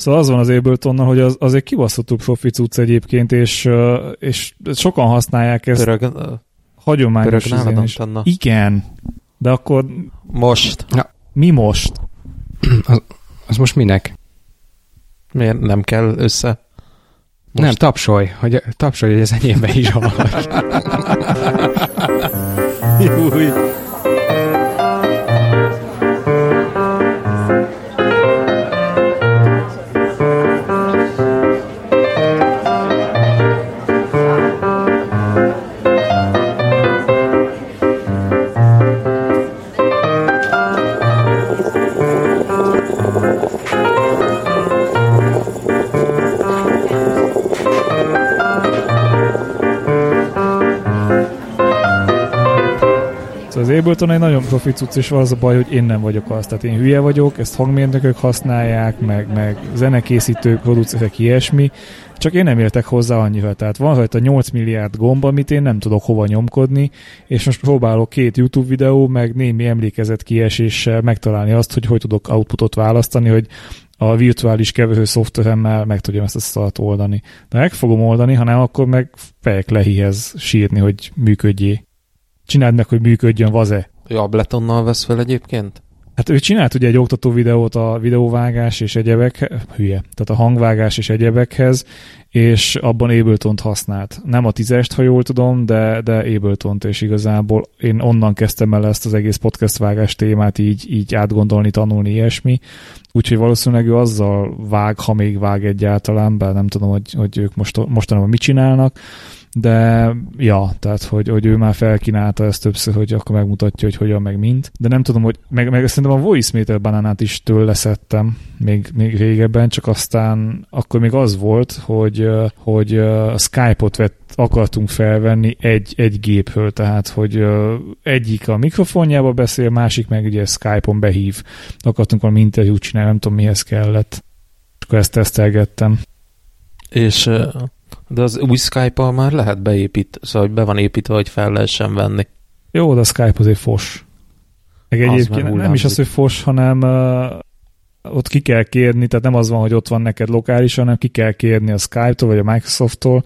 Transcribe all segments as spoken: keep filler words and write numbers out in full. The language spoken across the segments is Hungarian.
Szóval az van az Abletonnal, hogy az, az egy kibaszottul profi cucc egyébként, és, és sokan használják ezt. Pörög, hagyományos pörög nálad, Antanna. Igen, de akkor... Most. Ja. Mi most? Az, az most minek? Miért nem kell össze? Most. Nem, tapsolj, hogy, tapsolj, hogy ez enyémbe is hallgass. Júj. Az Ableton egy nagyon profi cucc, és az a baj, hogy én nem vagyok az. Tehát én hülye vagyok, ezt hangmérnökök használják, meg, meg zenekészítők, producerek, ilyesmi, csak én nem értek hozzá annyira. Tehát van rajta nyolc milliárd gomb, amit én nem tudok hova nyomkodni, és most próbálok két YouTube videó, meg némi emlékezet kieséssel megtalálni azt, hogy hogy tudok outputot választani, hogy a virtuális keverő szoftveremmel meg tudjam ezt a szart oldani. De meg fogom oldani, ha nem, akkor meg fejek lehihez sírni, hogy működjé. Csináld meg, hogy működjön, vaze. Ő Abletonnal vesz fel egyébként? Hát ő csinált ugye egy oktató videót a videóvágás és egyebek, hülye, tehát a hangvágás és egyebekhez, és abban Abletont használt. Nem a tízest, ha jól tudom, de, de Abletont, és igazából én onnan kezdtem el ezt az egész podcast vágás témát így, így átgondolni, tanulni, ilyesmi. Úgyhogy valószínűleg ő azzal vág, ha még vág egyáltalán, bár nem tudom, hogy, hogy ők most, mostanában mit csinálnak, de ja, tehát, hogy, hogy ő már felkínálta ezt többször, hogy akkor megmutatja, hogy hogyan, meg mint. De nem tudom, hogy meg, meg szerintem a Voice Meter banánát is tőle szedtem még, még régebben, csak aztán akkor még az volt, hogy, hogy a Skype-ot vett, akartunk felvenni egy, egy gépről, tehát, hogy egyik a mikrofonjába beszél, másik meg ugye Skype-on behív. Akartunk valami interjút csinálni, nem tudom mihez kellett. Akkor ezt tesztelgettem. És... De az új Skype-al már lehet beépít, szóval hogy be van építve, hogy fel lehessen venni. Jó, de a Skype azért fos. Meg egyébként nem, nem is az, hogy fos, hanem uh, ott ki kell kérni, tehát nem az van, hogy ott van neked lokálisan, hanem ki kell kérni a Skype-tól, vagy a Microsoft-tól,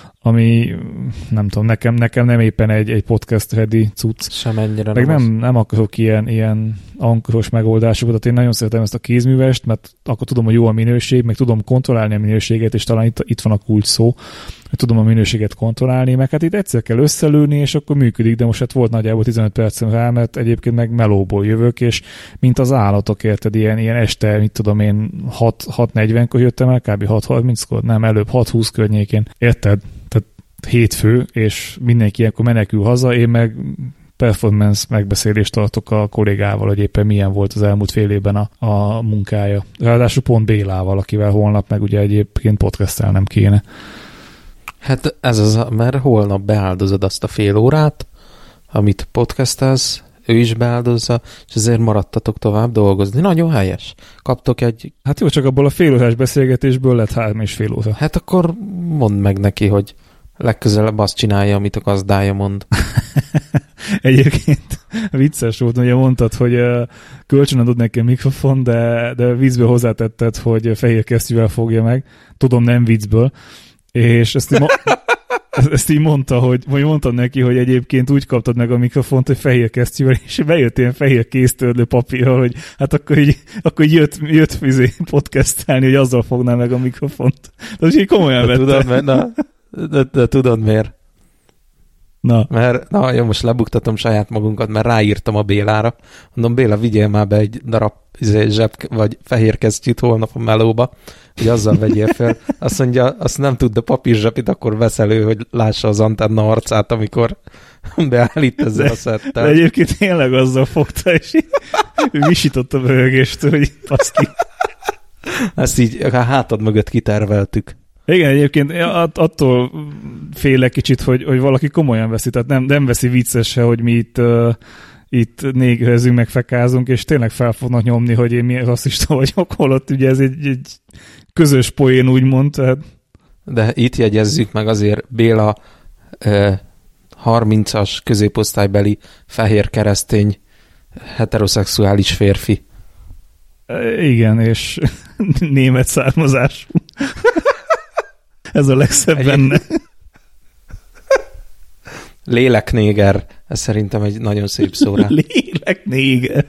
ami nem tudom, nekem, nekem nem éppen egy, egy podcast ready cucc. Sem ennyire meg nem, nem, nem akarok ilyen, ilyen ankoros megoldásokat, tehát én nagyon szeretem ezt a kézművest, mert akkor tudom, hogy jó a minőség, meg tudom kontrollálni a minőséget, és talán itt, itt van a kulcs szó, hogy tudom a minőséget kontrollálni, meg hát itt egyszer kell összelőni, és akkor működik, de most hát volt nagyjából tizenöt percem rá, mert egyébként meg melóból jövök, és mint az állatok, érted, ilyen, ilyen este, mit tudom én, hat negyvenkor jöttem el, kb. hat harminckor, nem, előbb hat húsz környékén, érted? Tehát hétfő, és mindenki ilyenkor menekül haza, én meg performance megbeszélést tartok a kollégával, hogy éppen milyen volt az elmúlt fél évben a, a munkája. Ráadásul pont Bélával, akivel holnap meg ugye egyébként podcastelnem kéne. Hát ez az, mert holnap beáldozod azt a fél órát, amit podcastelsz, ő is beáldozza, és ezért maradtatok tovább dolgozni. Nagyon helyes. Kaptok egy... Hát jó, csak abból a fél órás beszélgetésből lett három és fél óra. Hát akkor mondd meg neki, hogy legközelebb azt csinálja, amit a gazdája mond. Egyébként vicces volt, ugye mondtad, hogy kölcsönadod nekem mikrofon, de, de viccből hozzátetted, hogy fehér kesztyűvel fogja meg. Tudom, nem viccből. És ezt így, mo- ezt így mondta, hogy, vagy mondtam neki, hogy egyébként úgy kaptad meg a mikrofont, hogy fehér kesztyűvel, és bejött ilyen fehér kéztörlő papírral, hogy hát akkor így, akkor így jött, jött fizé podcastelni, hogy azzal fogná meg a mikrofont. De így komolyan de vette. Tudod, mert, na, de, de tudod miért? Na. Mert, na jó, most lebuktatom saját magunkat, mert ráírtam a Bélára. Mondom, Béla, vigyél már be egy darab zseb, vagy fehér kesztyűt holnap a melóba, hogy azzal vegyél fel. Azt mondja, azt nem tud, de papírzsepit akkor vesz elő, hogy lássa az antenna arcát, amikor beállít ezzel de, a szettel. De egyébként tényleg azzal fogta, és visított a bőgést, hogy azt ki. Ezt így a hátad mögött kiterveltük. Igen, egyébként attól félek kicsit, hogy, hogy valaki komolyan veszi, tehát nem, nem veszi viccese, hogy mi itt, uh, itt négőzünk, meg fekázunk, és tényleg fel fognak nyomni, hogy én milyen rasszista vagyok, holott ugye ez egy, egy közös poén, úgymond. Tehát... De itt jegyezzük meg azért Béla eh, harmincas középosztálybeli fehér keresztény heteroszexuális férfi. Igen, és német származású. Ez a legszebb egy... benne. Léleknéger. Ez szerintem egy nagyon szép szó rá. Léleknéger.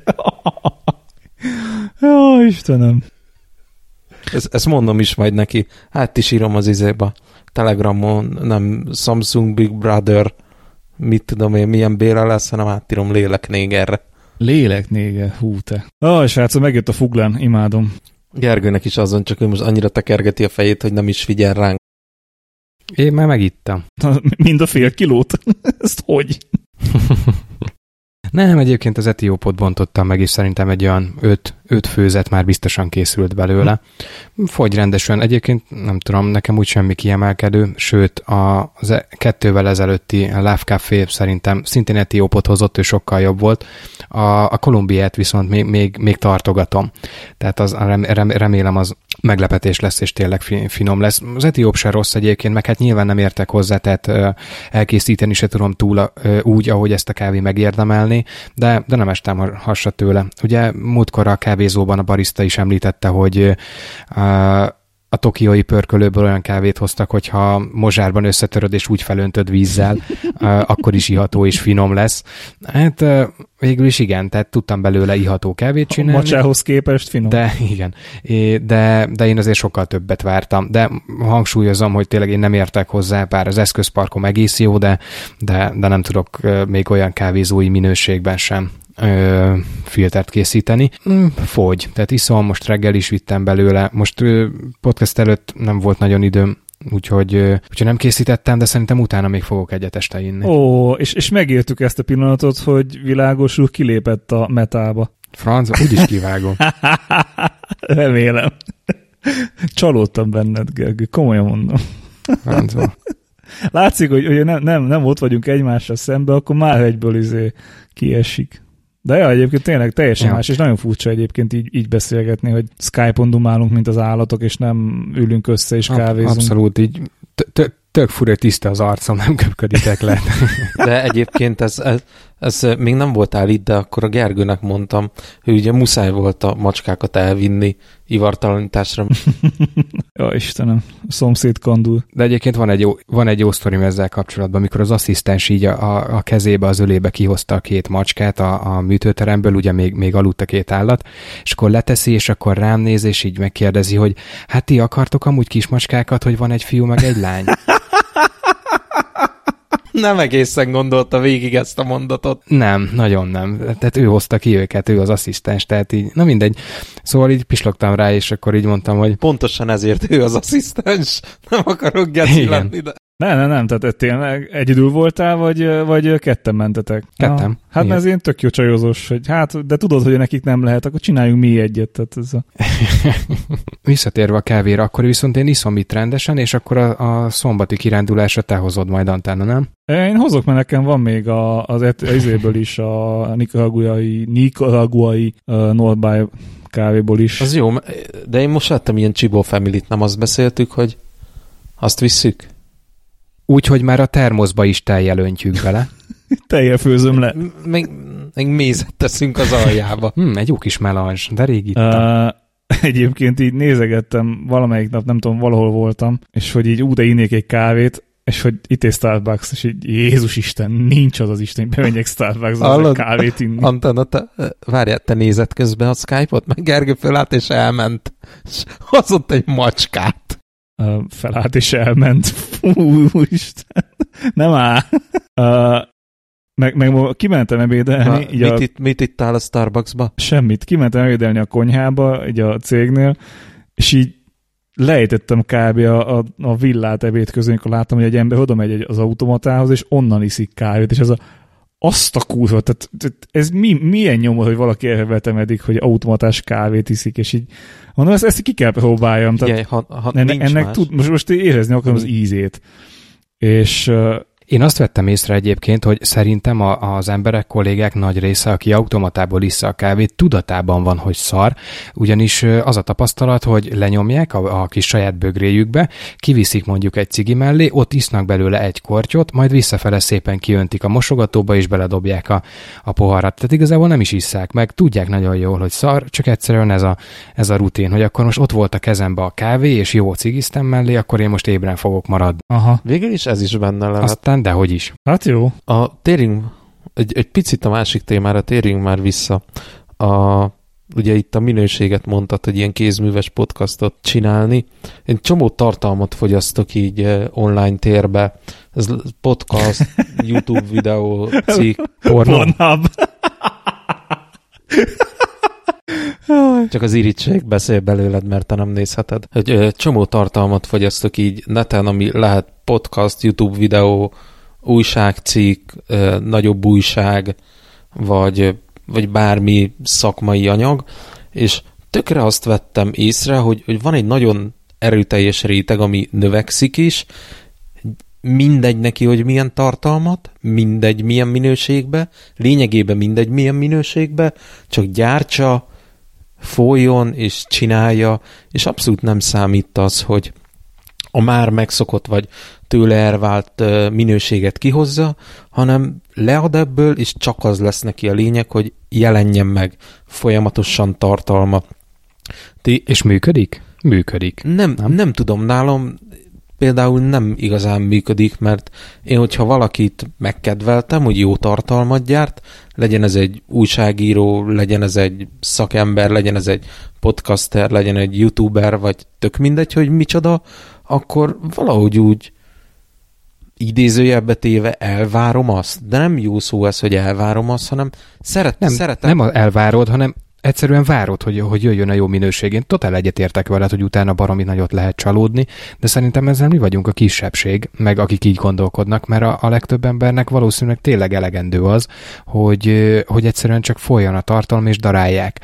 Jó, Istenem. Ezt, ezt mondom is majd neki. Hát is írom az izéba. Telegramon, nem Samsung Big Brother, mit tudom én, milyen Béla lesz, hanem átírom léleknégerre. Léleknéger, hú te. Ah, srácok, megjött a fuglán, imádom. Gergőnek is azon, csak ő most annyira tekergeti a fejét, hogy nem is figyel ránk. Én már megittam. Mind a fél kilót? Ezt hogy? Nem, egyébként az etiópot bontottam meg, és szerintem egy olyan öt, öt főzet már biztosan készült belőle. Fogy rendesen. Egyébként nem tudom, nekem úgy semmi kiemelkedő, sőt a, az e, kettővel ezelőtti Love Café szerintem szintén etiópot hozott, ő sokkal jobb volt. A, a Kolumbiát viszont még, még, még tartogatom. Tehát az, rem, rem, remélem az meglepetés lesz, és tényleg finom lesz. Az etióp se rossz egyébként, meg hát nyilván nem értek hozzá, tehát ö, elkészíteni se tudom túl ö, úgy, ahogy ezt a kávé megérdemelni, de, de nem estem hasra tőle. Ugye múltkor a kávézóban a barista is említette, hogy ö, a tokiói pörkölőből olyan kávét hoztak, hogyha mozsárban összetöröd és úgy felöntöd vízzel, akkor is iható és finom lesz. Hát végül is igen, tehát tudtam belőle iható kávét csinálni. A macsához képest finom. De igen, de, de én azért sokkal többet vártam. De hangsúlyozom, hogy tényleg én nem értek hozzá, bár az eszközparkom egész jó, de, de, de nem tudok még olyan kávézói minőségben sem Ö, filtert készíteni. Mm, fogy. Tehát iszom, most reggel is vittem belőle. Most ö, podcast előtt nem volt nagyon időm, úgyhogy, ö, úgyhogy nem készítettem, de szerintem utána még fogok egyet este inni. Ó, és, és megéltük ezt a pillanatot, hogy Világos úr kilépett a metába. Franc, úgyis kivágom. Remélem. Csalódtam benned, Gergő, komolyan mondom. Francba. Látszik, hogy, hogy nem, nem, nem ott vagyunk egymással szembe, akkor már egyből izé kiesik. De ja, egyébként tényleg teljesen ja. más, és nagyon furcsa egyébként így, így beszélgetni, hogy Skype-on dumálunk, mint az állatok, és nem ülünk össze és kávézunk. Abszolút, így tök fura, tiszta az arcom, nem köpköditek le. De egyébként ez, ez, ez még nem voltál itt, de akkor a Gergőnek mondtam, hogy ugye muszáj volt a macskákat elvinni ivartalanításra. Ja, Istenem, a szomszéd kandul. De egyébként van egy jó, van egy jó sztorim ezzel kapcsolatban, amikor az asszisztens így a, a, a kezébe, az ölébe kihozta a két macskát a, a műtőteremből, ugye még, még aludt a két állat, és akkor leteszi, és akkor rám néz, és így megkérdezi, hogy hát ti akartok amúgy kismacskákat, hogy van egy fiú meg egy lány? Nem egészen gondolta végig ezt a mondatot. Nem, nagyon nem. Tehát ő hozta ki őket, ő az asszisztens, tehát így, na mindegy. Szóval így pislogtam rá, és akkor így mondtam, hogy... Pontosan ezért ő az asszisztens. Nem akarok geci lenni, de... Nem, nem, nem, tehát tényleg egyedül voltál, vagy, vagy ketten mentetek? Kettem. Na, hát ez ilyen tök jó csajozós, hogy hát, de tudod, hogy nekik nem lehet, akkor csináljunk mi egyet. Tehát ez a... Visszatérve a kávéra, akkor viszont én iszom itt rendesen, és akkor a, a szombati kirándulásra te hozod majd, Antána, nem? Én hozok, mert nekem van még a, az izéből is, a nikaraguai, nikaraguai uh, Northby kávéból is. Az jó, de én most láttam ilyen Csibó Family-t, nem azt beszéltük, hogy azt visszük? Úgyhogy már a termoszba is tejjel öntjük bele. Tejjel főzöm le. Még, még mézet teszünk az aljába. hmm, egy jó kis melanzs, de rég ittam. Uh, egyébként így nézegettem, valamelyik nap, nem tudom, valahol voltam, és hogy így ú, de innék egy kávét, és hogy itt egy Starbucks, és így Jézus Isten, nincs az az Isten, hogy bemenjek Starbucksba kávét inni. Anton, te, várjál, te nézed közben a Skype-ot, meg Gergő fölállt és elment, és hozott egy macskát. Uh, felállt és elment. Fú, Isten. Nem áll. Uh, meg, meg kimentem ebédelni. Na, mit, a... itt, mit ittál a Starbucksba? Semmit. Kimentem ebédelni a konyhába, így a cégnél, és így lejtettem kb. a, a, a villát ebéd közül, amikor láttam, hogy egy ember oda megy az automatához, és onnan iszik kávét, és ez a azt a kurva, tehát, tehát ez mi, milyen nyomor, hogy valaki erre vetemedik, hogy automatás kávét iszik, és így mondom, ezt, ezt ki kell próbáljam. Tehát Jaj, ha, ha ennek, ennek tud, most, most érezni akarom az ízét. És uh, Én azt vettem észre egyébként, hogy szerintem a, az emberek, kollégák nagy része, aki automatából issza a kávét, tudatában van, hogy szar, ugyanis az a tapasztalat, hogy lenyomják a, a kis saját bögréjükbe, kiviszik mondjuk egy cigi mellé, ott isznak belőle egy kortyot, majd visszafele szépen kiöntik a mosogatóba, és beledobják a, a poharat. Tehát igazából nem is isszák meg, tudják nagyon jól, hogy szar, csak egyszerűen ez a, ez a rutin, hogy akkor most ott volt a kezembe a kávé, és jó cigiztem mellé, akkor én most ébren fogok maradni. Aha. Végül is ez is benne lehet. Aztán dehogy is. Hát jó. A, térjünk, egy, egy picit a másik témára térjünk már vissza. A, ugye itt a minőséget mondtad, hogy ilyen kézműves podcastot csinálni. Én csomó tartalmat fogyasztok így eh, online térbe. Ez podcast, YouTube videó, cikk, pornó. Csak az irítség beszél belőled, mert te nem nézheted. Hogy eh, csomó tartalmat fogyasztok így neten, ami lehet podcast, YouTube videó, újságcikk, eh, nagyobb újság, vagy vagy bármi szakmai anyag, és tökre azt vettem észre, hogy, hogy van egy nagyon erőteljes réteg, ami növekszik is, mindegy neki, hogy milyen tartalmat, mindegy milyen minőségbe, lényegében mindegy milyen minőségbe, csak gyártsa, folyjon és csinálja, és abszolút nem számít az, hogy a már megszokott vagy tőle elvált minőséget kihozza, hanem lead ebből, és csak az lesz neki a lényeg, hogy jelenjen meg folyamatosan tartalma. Ti, és működik? Működik. Nem, nem? nem tudom, nálam például nem igazán működik, mert én, hogyha valakit megkedveltem, hogy jó tartalmat gyárt, legyen ez egy újságíró, legyen ez egy szakember, legyen ez egy podcaster, legyen egy youtuber, vagy tök mindegy, hogy micsoda, akkor valahogy úgy idézőjelbe téve elvárom azt, de nem jó szó ez, hogy elvárom azt, hanem szeret, nem, szeretem. Nem elvárod, hanem egyszerűen várod, hogy, hogy jöjjön a jó minőség. Én totál egyetértek veled, hogy utána baromi nagyot lehet csalódni, de szerintem ezzel mi vagyunk a kisebbség, meg akik így gondolkodnak, mert a, a legtöbb embernek valószínűleg tényleg elegendő az, hogy, hogy egyszerűen csak folyjon a tartalom és darálják.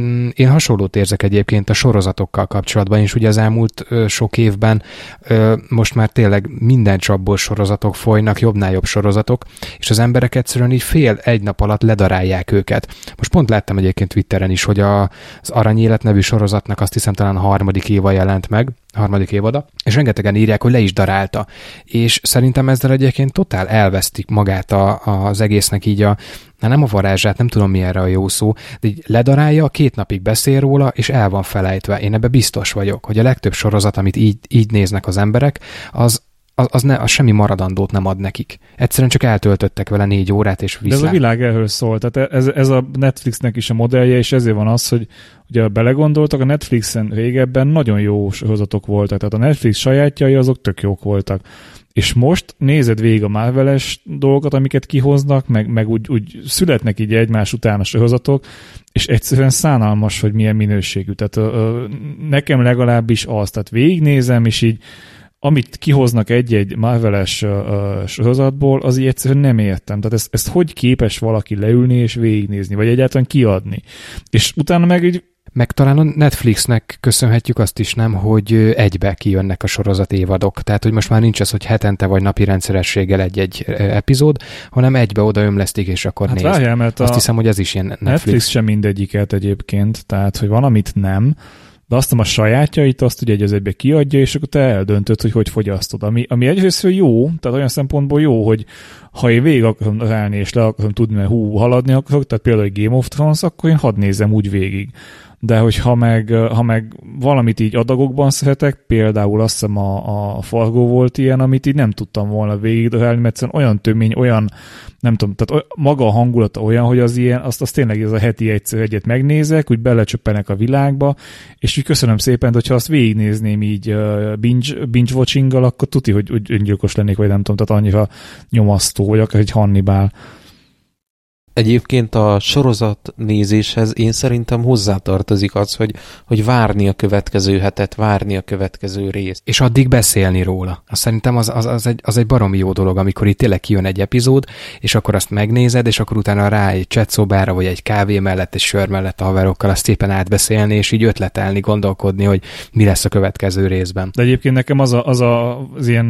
Én hasonlót érzek egyébként a sorozatokkal kapcsolatban, és ugye az elmúlt sok évben most már tényleg minden csapból sorozatok folynak, jobbnál jobb sorozatok, és az emberek egyszerűen így fél egy nap alatt ledarálják őket. Most pont láttam egyébként Twitteren is, hogy a, az Aranyélet nevű sorozatnak azt hiszem talán a harmadik éva jelent meg, harmadik évada, és rengetegen írják, hogy le is darálta. És szerintem ezzel egyébként totál elvesztik magát a, az egésznek így a, nem a varázsát, nem tudom mi erre a jó szó, de így ledarálja, két napig beszél róla, és el van felejtve. Én ebbe biztos vagyok, hogy a legtöbb sorozat, amit így, így néznek az emberek, az Az, az, ne, az semmi maradandót nem ad nekik. Egyszerűen csak eltöltöttek vele négy órát, és vissza. De ez a világ erről szól. Tehát ez, ez a Netflixnek is a modellje, és ezért van az, hogy ugye belegondoltak, a Netflixen régebben nagyon jó sorozatok voltak. Tehát a Netflix sajátjai azok tök jók voltak. És most nézed végig a Marvel-es dolgokat, amiket kihoznak, meg, meg úgy, úgy születnek így egymás után a sorozatok, és egyszerűen szánalmas, hogy milyen minőségű. Tehát ö, ö, nekem legalábbis az. Tehát végignézem, és így amit kihoznak egy-egy Marvel-es uh, sorozatból, az így egyszerűen nem értem. Tehát ezt, ezt hogy képes valaki leülni és végignézni, vagy egyáltalán kiadni. És utána meg így... Meg talán a Netflixnek köszönhetjük azt is, nem, hogy egybe kijönnek a sorozat évadok. Tehát, hogy most már nincs az, hogy hetente vagy napi rendszerességgel egy-egy epizód, hanem egybe odaömlesztik, és akkor hát nézd. Várjál, mert azt hiszem, hogy ez is ilyen Netflix. Netflix sem mindegyiket egyébként, tehát, hogy van, amit nem, de azt a sajátjait azt ugye egy az egybe kiadja, és akkor te eldöntöd, hogy hogy fogyasztod. Ami, ami egyrészt jó, tehát olyan szempontból jó, hogy ha én végig akarom állni, és le akarom tudni, mert hú, haladni akarok, tehát például egy Game of Thrones, akkor én hadd nézem úgy végig. De hogyha meg, ha meg valamit így adagokban szeretek, például azt hiszem a, a Fargo volt ilyen, amit így nem tudtam volna végigdarálni, mert egyszerűen olyan tömény, olyan, nem tudom, tehát maga a hangulata olyan, hogy az ilyen, azt, azt tényleg ez a heti egyszer egyet megnézek, úgy belecsöppenek a világba, és úgy köszönöm szépen, hogyha azt végignézném így uh, binge, binge watchinggal, akkor tuti, hogy úgy öngyilkos lennék, vagy nem tudom, tehát annyira nyomasztó, vagy akár egy Hannibal. Egyébként a sorozat nézéshez én szerintem hozzátartozik az, hogy, hogy várni a következő hetet, várni a következő részt. És addig beszélni róla. Azt szerintem az, az, az, egy, az egy baromi jó dolog, amikor itt tényleg kijön egy epizód, és akkor azt megnézed, és akkor utána rá egy chatszobára, vagy egy kávé mellett, egy sör mellett a haverokkal azt szépen átbeszélni, és így ötletelni, gondolkodni, hogy mi lesz a következő részben. De egyébként nekem az a, az, a, az ilyen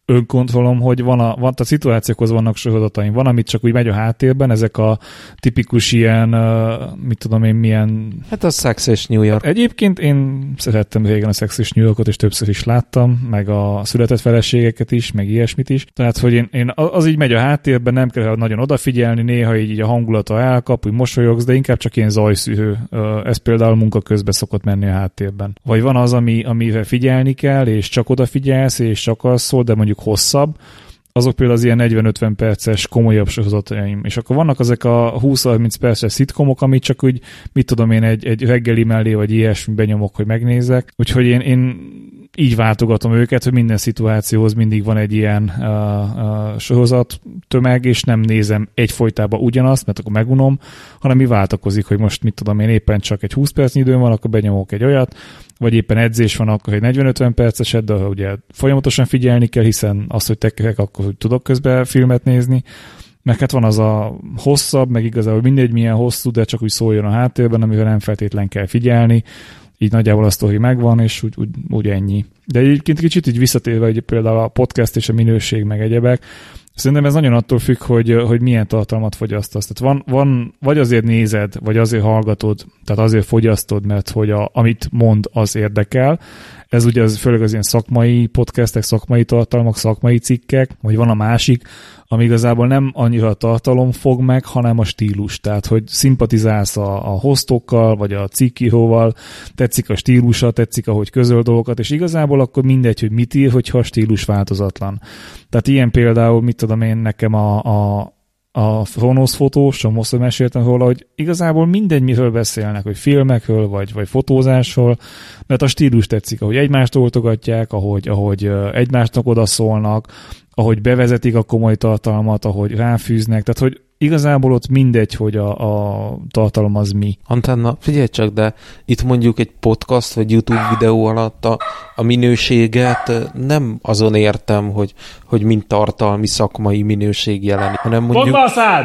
önkontrollom, hogy van a, van, tehát szituációkhoz vannak sorozataim. Van, amit csak úgy megy a háttérben, ezek a tipikus ilyen, uh, mit tudom én, milyen... Hát az Sex és New York. Egyébként én szerettem régen a Sex és New Yorkot, és többször is láttam, meg a született feleségeket is, meg ilyesmit is. Tehát, hogy én, én az így megy a háttérben, nem kell nagyon odafigyelni, néha így, így a hangulata elkap, úgy mosolyogsz, de inkább csak ilyen zajszűrő. Ez például munka közben szokott menni a háttérben. Vagy van az, ami, amire figyelni kell, és csak odafigyelsz, és csak az szól, de mondjuk hosszabb, azok például az ilyen negyven-ötven perces komolyabb sorozataim. És akkor vannak ezek a húsz-harminc perces szitkomok, amit csak úgy, mit tudom én, egy, egy reggeli mellé, vagy ilyesmi benyomok, hogy megnézzek. Úgyhogy én, én így váltogatom őket, hogy minden szituációhoz mindig van egy ilyen uh, uh, sorozat tömeg, és nem nézem egyfolytában ugyanazt, mert akkor megunom, hanem mi váltakozik, hogy most mit tudom én, éppen csak egy húsz percnyi időm van, akkor benyomok egy olyat, vagy éppen edzés van, akkor egy negyven-ötven perceset, de ugye folyamatosan figyelni kell, hiszen az, hogy tekek, akkor hogy tudok közben filmet nézni. Meg hát van az a hosszabb, meg igazából mindegy milyen hosszú, de csak úgy szóljon a háttérben, amivel nem feltétlen kell figyelni. Így nagyjából a sztori megvan, és úgy, úgy, úgy ennyi. De egyébként kicsit így visszatérve, hogy például a podcast és a minőség, meg egyebek, szerintem ez nagyon attól függ, hogy, hogy milyen tartalmat fogyasztasz. Tehát van, van, vagy azért nézed, vagy azért hallgatod, tehát azért fogyasztod, mert hogy a, amit mond, az érdekel. Ez ugye az, főleg az ilyen szakmai podcastek, szakmai tartalmak, szakmai cikkek, vagy van a másik, ami igazából nem annyira a tartalom fog meg, hanem a stílus. Tehát, hogy szimpatizálsz a, a hostokkal, vagy a cikkíróval, tetszik a stílusa, tetszik, ahogy közöl dolgokat, és igazából akkor mindegy, hogy mit ír, hogyha a stílus változatlan. Tehát ilyen például, mit tudom én, nekem a, a a Chronos fotós, somószor meséltem róla, hogy igazából mindegy, miről beszélnek, hogy filmekről, vagy, vagy fotózásról, mert a stílus tetszik, ahogy egymást oltogatják, ahogy, ahogy egymásnak odaszólnak, ahogy bevezetik a komoly tartalmat, ahogy ráfűznek, tehát hogy igazából ott mindegy, hogy a, a tartalom az mi. Antenna, figyelj csak, de itt mondjuk egy podcast vagy YouTube videó alatt a, a minőséget nem azon értem, hogy, hogy mint tartalmi szakmai minőség jelenik, hanem mondjuk... Mondbaszád!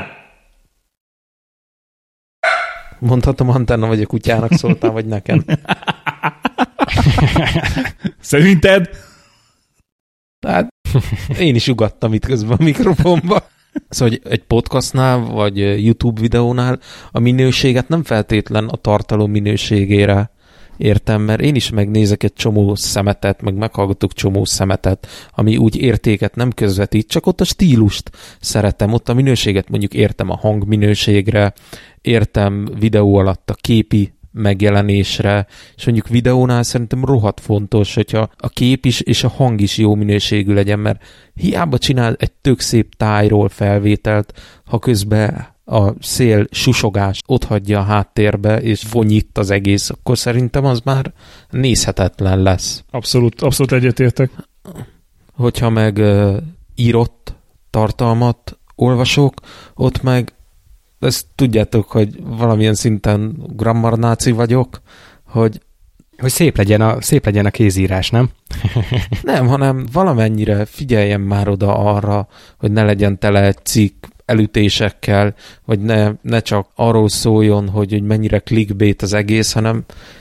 Mondhatom, Antenna, vagy a kutyának szóltál, vagy nekem? Szerinted? Hát én is ugattam itt közben a mikrofonba. Szóval egy podcastnál, vagy YouTube videónál a minőséget nem feltétlen a tartalom minőségére értem, mert én is megnézek egy csomó szemetet, meg meghallgatok csomó szemetet, ami úgy értéket nem közvetít, csak ott a stílust szeretem, ott a minőséget mondjuk értem a hangminőségre, értem videó alatt a képi megjelenésre, és mondjuk videónál szerintem rohadt fontos, hogyha a kép is és a hang is jó minőségű legyen, mert hiába csinál egy tök szép tájról felvételt, ha közben a szél susogás otthagyja a háttérbe, és vonyít az egész, akkor szerintem az már nézhetetlen lesz. Abszolút, abszolút egyetértek. Hogyha meg uh, írott tartalmat olvasok, ott meg ezt tudjátok, hogy valamilyen szinten grammarnáci vagyok, hogy hogy szép legyen a, szép legyen a kézírás, nem? Nem, hanem valamennyire figyeljen már oda arra, hogy ne legyen tele egy cikk elütésekkel, vagy ne, ne csak arról szóljon, hogy, hogy mennyire clickbait az egész, hanem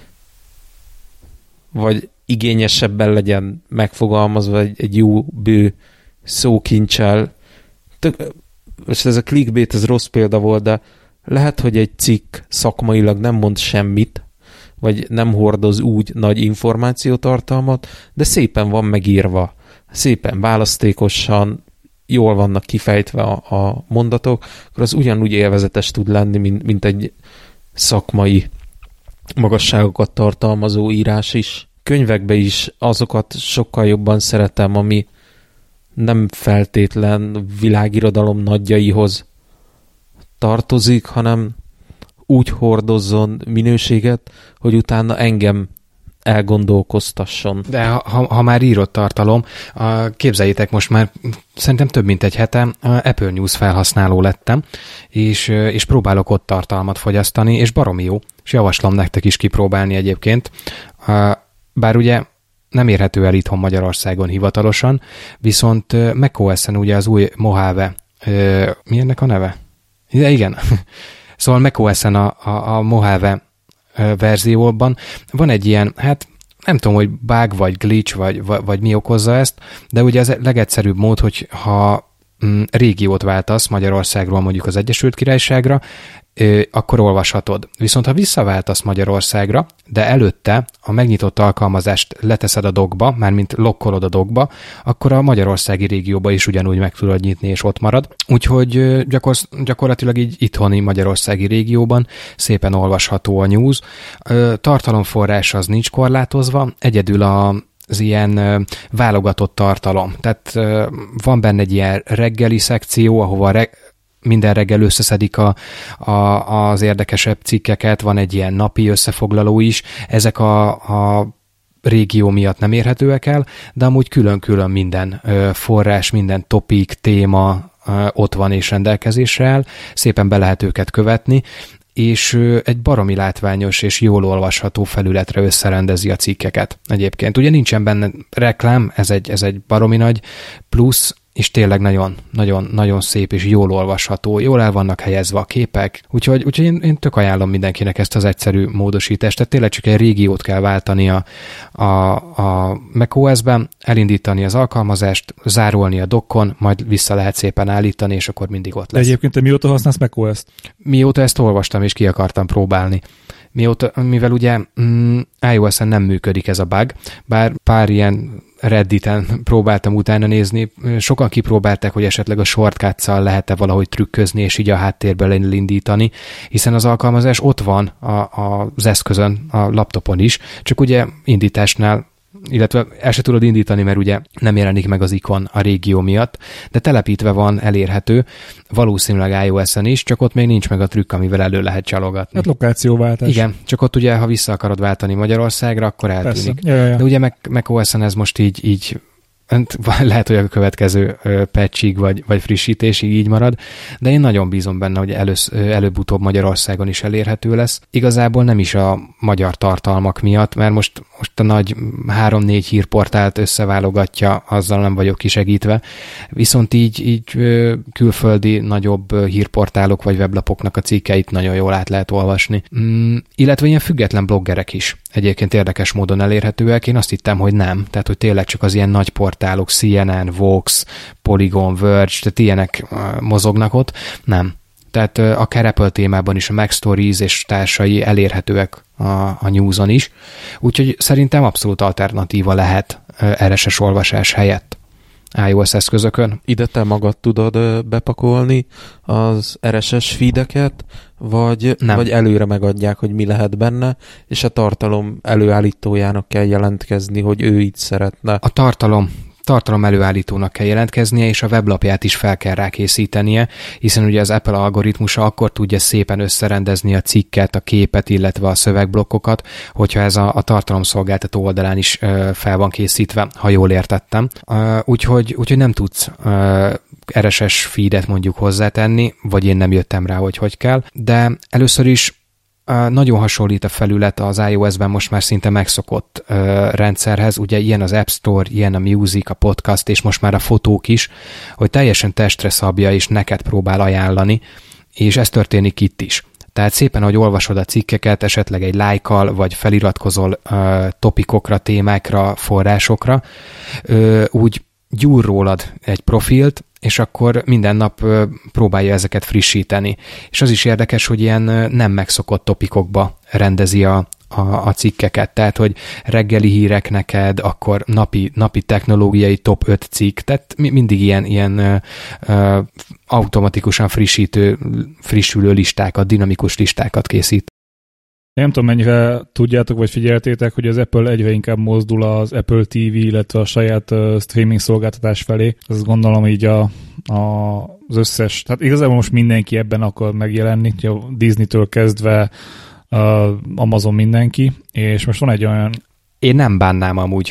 vagy igényesebben legyen megfogalmazva egy, egy jó bő szókincsel. Tök, most ez a clickbait, ez rossz példa volt, de lehet, hogy egy cikk szakmailag nem mond semmit, vagy nem hordoz úgy nagy információtartalmat, de szépen van megírva, szépen választékosan, jól vannak kifejtve a, a mondatok, akkor az ugyanúgy élvezetes tud lenni, mint, mint egy szakmai magasságokat tartalmazó írás is. Könyvekbe is azokat sokkal jobban szeretem, ami nem feltétlen világirodalom nagyjaihoz tartozik, hanem úgy hordozzon minőséget, hogy utána engem elgondolkoztasson. De ha, ha már írott tartalom, képzeljétek, most már szerintem több mint egy hete Apple News felhasználó lettem, és, és próbálok ott tartalmat fogyasztani, és baromi jó, és javaslom nektek is kipróbálni egyébként. Bár ugye nem érhető el itthon Magyarországon hivatalosan, viszont macOS-en ugye az új Mojave, mi ennek a neve? De igen. Szóval macOS-en a, a, a Mojave verzióban van egy ilyen, hát nem tudom, hogy bug, vagy glitch, vagy, vagy, vagy mi okozza ezt, de ugye ez a legegyszerűbb mód, hogy ha mm, régiót váltasz Magyarországról mondjuk az Egyesült Királyságra, akkor olvashatod. Viszont ha visszaváltasz Magyarországra, de előtte a megnyitott alkalmazást leteszed a dockba, mármint lokkolod a dockba, akkor a magyarországi régióba is ugyanúgy meg tudod nyitni, és ott marad. Úgyhogy gyakor- gyakorlatilag így itthoni magyarországi régióban szépen olvasható a news. Tartalomforrás az nincs korlátozva, egyedül a az ilyen válogatott tartalom. Tehát van benne egy ilyen reggeli szekció, ahova re- minden reggel összeszedik a, a, az érdekesebb cikkeket, van egy ilyen napi összefoglaló is, ezek a, a régió miatt nem érhetőek el, de amúgy külön-külön minden forrás, minden topik, téma ott van és rendelkezésre áll, szépen be lehet őket követni, és egy baromi látványos és jól olvasható felületre összerendezi a cikkeket egyébként. Ugye nincsen benne reklám, ez egy, ez egy baromi nagy plusz, és tényleg nagyon, nagyon, nagyon szép és jól olvasható, jól el vannak helyezve a képek, úgyhogy, úgyhogy én, én tök ajánlom mindenkinek ezt az egyszerű módosítást, tehát tényleg csak egy régiót kell váltani a, a, a macOS-ben, elindítani az alkalmazást, zárolni a dockon, majd vissza lehet szépen állítani, és akkor mindig ott lesz. De egyébként te mióta használsz macOS-t? Mióta ezt olvastam, és ki akartam próbálni. Mióta, mivel ugye mm, iOS-en nem működik ez a bug, bár pár ilyen Redditen próbáltam utána nézni, sokan kipróbálták, hogy esetleg a shortcuts-szal lehet-e valahogy trükközni, és így a háttérben elindítani, hiszen az alkalmazás ott van a, a, az eszközön, a laptopon is, csak ugye indításnál, illetve el se tudod indítani, mert ugye nem jelenik meg az ikon a régió miatt, de telepítve van, elérhető, valószínűleg iOS-en is, csak ott még nincs meg a trükk, amivel elő lehet csalogatni. Hát lokációváltás. Igen, csak ott ugye, ha vissza akarod váltani Magyarországra, akkor eltűnik. Ja, ja, ja. De ugye macOS-en ez most így, így lehet, hogy a következő patchig vagy, vagy frissítésig így marad, de én nagyon bízom benne, hogy elősz, előbb-utóbb Magyarországon is elérhető lesz. Igazából nem is a magyar tartalmak miatt, mert most, most a nagy három-négy hírportált összeválogatja, azzal nem vagyok kisegítve, viszont így, így külföldi nagyobb hírportálok vagy weblapoknak a cikkeit nagyon jól át lehet olvasni. Mm, illetve ilyen független bloggerek is egyébként érdekes módon elérhetőek. Én azt hittem, hogy nem, tehát hogy tényleg csak az ilyen nagy portálok, C N N, Vox, Polygon, Verge, tehát ilyenek mozognak ott. Nem. Tehát akár Apple témában is a Mac Stories és társai elérhetőek a, a newson is. Úgyhogy szerintem abszolút alternatíva lehet er es es olvasás helyett iOS eszközökön. Ide te magad tudod bepakolni az er es es feedeket, vagy, vagy előre megadják, hogy mi lehet benne, és a tartalom előállítójának kell jelentkezni, hogy ő így szeretne. A tartalom tartalom előállítónak kell jelentkeznie, és a weblapját is fel kell rá készítenie, hiszen ugye az Apple algoritmusa akkor tudja szépen összerendezni a cikket, a képet, illetve a szövegblokkokat, hogyha ez a, a tartalomszolgáltató oldalán is ö, fel van készítve, ha jól értettem. Ö, úgyhogy, úgyhogy nem tudsz ö, er es es feedet mondjuk hozzátenni, vagy én nem jöttem rá, hogy hogy kell, de először is nagyon hasonlít a felület az iOS-ben most már szinte megszokott uh, rendszerhez, ugye ilyen az App Store, ilyen a Music, a podcast, és most már a fotók is, hogy teljesen testre szabja, és neked próbál ajánlani, és ez történik itt is. Tehát szépen, ahogy olvasod a cikkeket, esetleg egy lájkkal, vagy feliratkozol uh, topikokra, témákra, forrásokra, uh, úgy gyúr rólad egy profilt, és akkor minden nap próbálja ezeket frissíteni. És az is érdekes, hogy ilyen nem megszokott topikokba rendezi a, a, a cikkeket. Tehát, hogy reggeli hírek neked, akkor napi, napi technológiai top öt cikk. Tehát mindig ilyen, ilyen ö, ö, automatikusan frissítő, frissülő listákat, dinamikus listákat készít. Nem tudom, mennyire tudjátok, vagy figyeltétek, hogy az Apple egyre inkább mozdul az Apple té vé, illetve a saját uh, streaming szolgáltatás felé. Azt gondolom így a, a, az összes, tehát igazából most mindenki ebben akar megjelenni, a Disney-től kezdve uh, Amazon mindenki, és most van egy olyan... Én nem bánnám amúgy.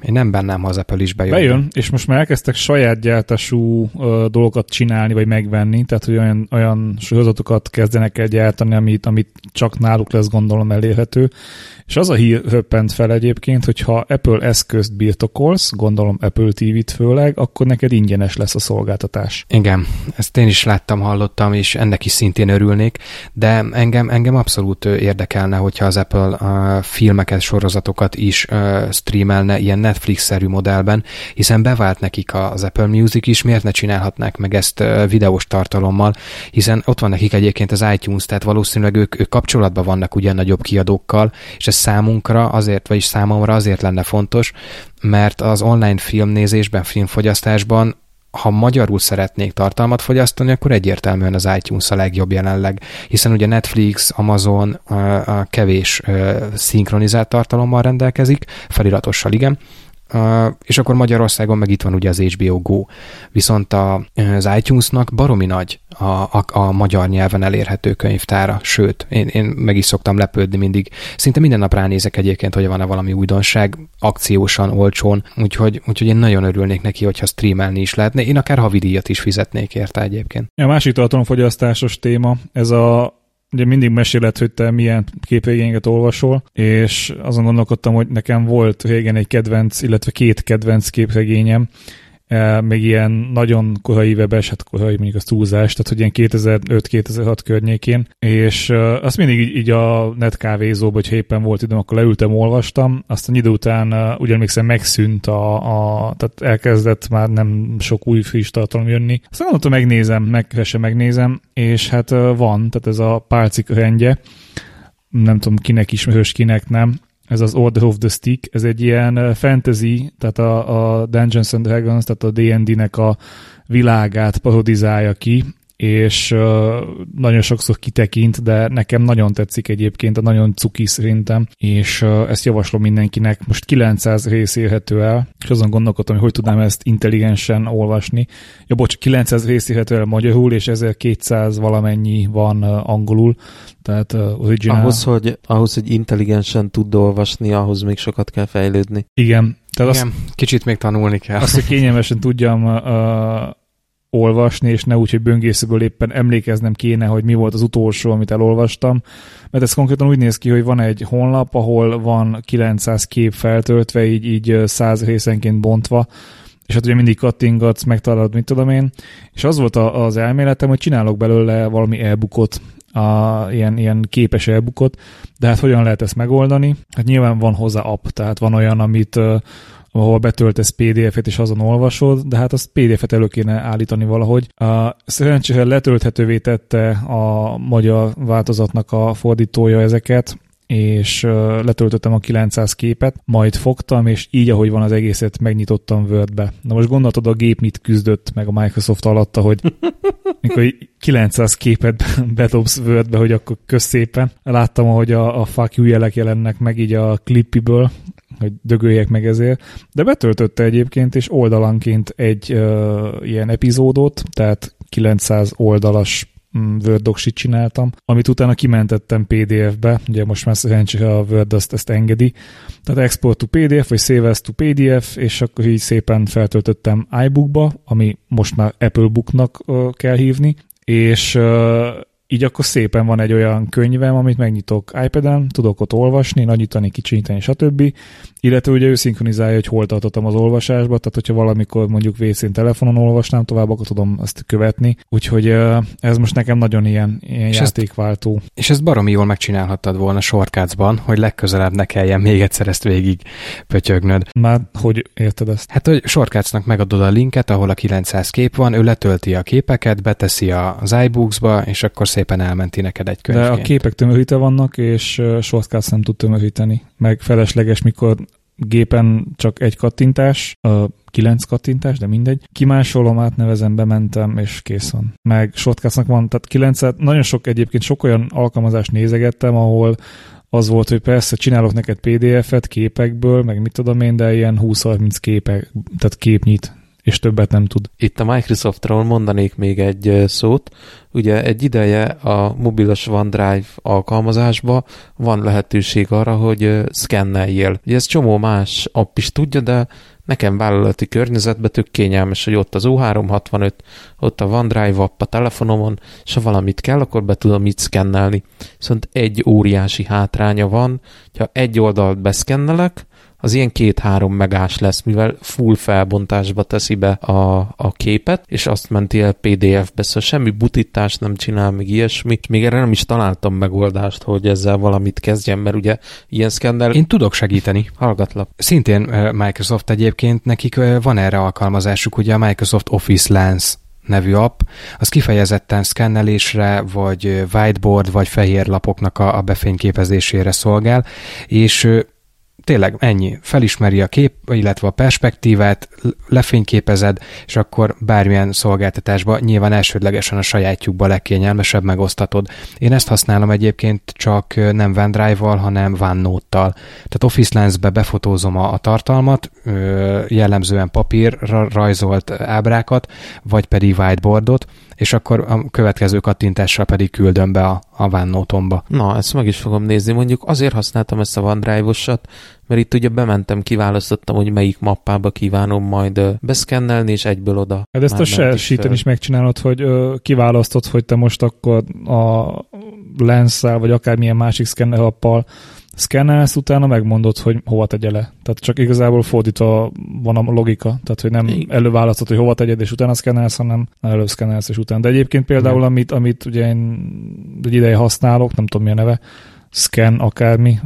Én nem bánnám, ha az Apple is bejön. Bejön, és most már elkezdtek saját gyártású ö, dolgokat csinálni, vagy megvenni, tehát hogy olyan, olyan sorozatokat kezdenek el gyártani, amit, amit csak náluk lesz gondolom elérhető. És az a hír höppent fel egyébként, hogyha Apple eszközt birtokolsz, gondolom Apple té vét főleg, akkor neked ingyenes lesz a szolgáltatás. Igen, ezt én is láttam, hallottam, és ennek is szintén örülnék, de engem, engem abszolút érdekelne, hogyha az Apple uh, filmeket, sorozatokat is uh, streamelne ilyen Netflix-szerű modellben, hiszen bevált nekik az Apple Music is, miért ne csinálhatnák meg ezt uh, videós tartalommal, hiszen ott van nekik egyébként az iTunes, tehát valószínűleg ők, ők kapcsolatban vannak ugyan nagyobb kiadókkal, és ez számunkra azért, vagyis számomra azért lenne fontos, mert az online filmnézésben, filmfogyasztásban, ha magyarul szeretnék tartalmat fogyasztani, akkor egyértelműen az iTunes a legjobb jelenleg, hiszen ugye Netflix, Amazon a, a kevés szinkronizált tartalommal rendelkezik, feliratossal igen, Uh, és akkor Magyarországon meg itt van ugye az há bé o Go. Viszont a, az iTunes-nak baromi nagy a, a, a magyar nyelven elérhető könyvtára, sőt, én, én meg is szoktam lepődni mindig. Szinte minden nap ránézek egyébként, hogy van-e valami újdonság, akciósan, olcsón, úgyhogy, úgyhogy én nagyon örülnék neki, hogyha streamelni is lehetne. Én akár havidíjat is fizetnék érte egyébként. A másik tartalomfogyasztásos téma, ez a ugye mindig meséled, hogy te milyen képregényeket olvasol, és azon gondolkodtam, hogy nekem volt régen egy kedvenc, illetve két kedvenc képregényem, még ilyen nagyon korai webes, hát korai mondjuk az túlzás, tehát hogy ilyen kétezer-öt kétezer-hat környékén, és azt mindig így, így a netkávézóban, hogyha éppen volt időm, akkor leültem, olvastam, aztán idő után ugyanemlékszem megszűnt a, a, tehát elkezdett már nem sok új friss tartalom jönni. Aztán gondoltam, megnézem, megkeresem, megnézem, és hát van, tehát ez a pálcik rendje, nem tudom kinek ismerős, kinek nem, ez az Order of the Stick, ez egy ilyen fantasy, tehát a, a Dungeons and Dragons, tehát a dé end dé-nek a világát parodizálja ki, és uh, nagyon sokszor kitekint, de nekem nagyon tetszik egyébként, a nagyon cuki szerintem, és uh, ezt javaslom mindenkinek. Most kilencszáz rész érhető el, és azon gondolkodtam, hogy hogy tudnám ezt intelligensen olvasni. Ja, bocs, kilencszáz rész érhető el magyarul, és ezerkétszáz valamennyi van uh, angolul, tehát uh, original. Ahhoz hogy, ahhoz, hogy intelligensen tud olvasni, ahhoz még sokat kell fejlődni. Igen. Tehát Igen, azt, kicsit még tanulni kell. Azt, hogy kényelmesen tudjam uh, olvasni, és ne úgy, hogy böngészőből éppen emlékeznem kéne, hogy mi volt az utolsó, amit elolvastam. Mert ez konkrétan úgy néz ki, hogy van egy honlap, ahol van kilencszáz kép feltöltve, így, így száz részenként bontva, és hát ugye mindig kattingatsz, megtalálod, mit tudom én, és az volt a, az elméletem, hogy csinálok belőle valami e-bookot, a, ilyen, ilyen képes e-bookot, de hát hogyan lehet ezt megoldani? Hát nyilván van hozzá app, tehát van olyan, amit ahol betöltesz pé dé ef-et és azon olvasod, de hát azt pé dé ef-et elő kéne állítani valahogy. Szerencsére letölthetővé tette a magyar változatnak a fordítója ezeket, és letöltöttem a kilencszáz képet, majd fogtam, és így, ahogy van az egészet, megnyitottam Wordbe. Na most gondoltad, a gép mit küzdött meg a Microsoft alatta, hogy mikor kilencszáz képet bedobsz Wordbe, hogy akkor köszépen. Láttam, ahogy a, a fuck you jelek jelennek meg így a Clippyből, hogy dögöljek meg ezért, de betöltötte egyébként, és oldalanként egy uh, ilyen epizódot, tehát kilencszáz oldalas Word docsit csináltam, amit utána kimentettem pé dé ef-be, ugye most már szerencsére a Word azt ezt engedi, tehát export to pé dé ef, vagy save as to pé dé ef, és akkor így szépen feltöltöttem iBookba, ami most már Apple Booknak uh, kell hívni, és uh, így akkor szépen van egy olyan könyvem, amit megnyitok iPad-en, tudok ott olvasni, nagyítani, kicsinyíteni, stb. Illetve ugye ő szinkronizálja, hogy hol tartottam az olvasásba, tehát hogyha valamikor mondjuk vécén telefonon olvasnám tovább, akkor tudom ezt követni. Úgyhogy ez most nekem nagyon ilyen, ilyen és játékváltó. Ezt, és ezt baromi jól megcsinálhattad volna Shortcuts-ban, hogy legközelebb ne kelljen még egyszer ezt végig pötyögnöd. Már hogy érted ezt? Hát, hogy Shortcuts-nak megadod a linket, ahol a kilencszáz kép van, ő letölti a képeket, beteszi az iBooks-ba, és akkor szépen elmenti neked egy könyvként. De a képek tömörítve vannak, és Shortcuts nem tud tömöríteni. Meg felesleges, mikor gépen csak egy kattintás, uh, kilenc kattintás, de mindegy. Kimásolom, átnevezem, bementem, és kész van. Meg Shortcutsnak van, tehát kilenc, nagyon sok egyébként, sok olyan alkalmazást nézegettem, ahol az volt, hogy persze csinálok neked pé dé ef-et képekből, meg mit tudom én, de ilyen húsz-harminc képek, tehát képnyit, és többet nem tud. Itt a Microsoftról mondanék még egy szót. Ugye egy ideje a mobilos OneDrive alkalmazásban van lehetőség arra, hogy szkenneljél. Ugye ez csomó más app is tudja, de nekem vállalati környezetben tök kényelmes, hogy ott az o háromszázhatvanöt, ott a OneDrive app a telefonomon, és ha valamit kell, akkor be tudom itt szkennelni. Viszont egy óriási hátránya van, ha egy oldalt beszkennelek, az ilyen két-három megás lesz, mivel full felbontásba teszi be a, a képet, és azt menti el pé dé ef-be, szóval semmi butítást nem csinál, még ilyesmi. Még erre nem is találtam megoldást, hogy ezzel valamit kezdjem, mert ugye ilyen szkennel... Én tudok segíteni. Hallgatlak. Szintén Microsoft egyébként, nekik van erre alkalmazásuk, ugye a Microsoft Office Lens nevű app, az kifejezetten szkennelésre, vagy whiteboard, vagy fehér lapoknak a, a befényképezésére szolgál, és tényleg ennyi. Felismeri a kép, illetve a perspektívát, lefényképezed, és akkor bármilyen szolgáltatásba nyilván elsődlegesen a sajátjukba legkényelmesebb megosztatod. Én ezt használom egyébként csak nem OneDrive-val, hanem OneNote-tal. Tehát Office Lens-be befotózom a, a tartalmat, jellemzően papírra rajzolt ábrákat, vagy pedig whiteboardot, és akkor a következő kattintással pedig küldöm be a, a OneNote-omba. Na, ezt meg is fogom nézni. Mondjuk azért használtam ezt a OneDrive-osat, mert itt ugye bementem, kiválasztottam, hogy melyik mappába kívánom majd beszkennelni, és egyből oda. Hát ezt a share sheeten is megcsinálod, hogy ö, kiválasztod, hogy te most akkor a Lens-szel, vagy akármilyen másik szkenner appal szkennelsz, utána megmondod, hogy hova tegye le. Tehát csak igazából fordítva van a logika. Tehát, hogy nem előválasztod, hogy hova tegyed, és utána szkennelsz, hanem előbb szkennelsz, és utána. De egyébként például, amit, amit ugye én egy ideje használok, nem tudom mi a neve, scan akármi,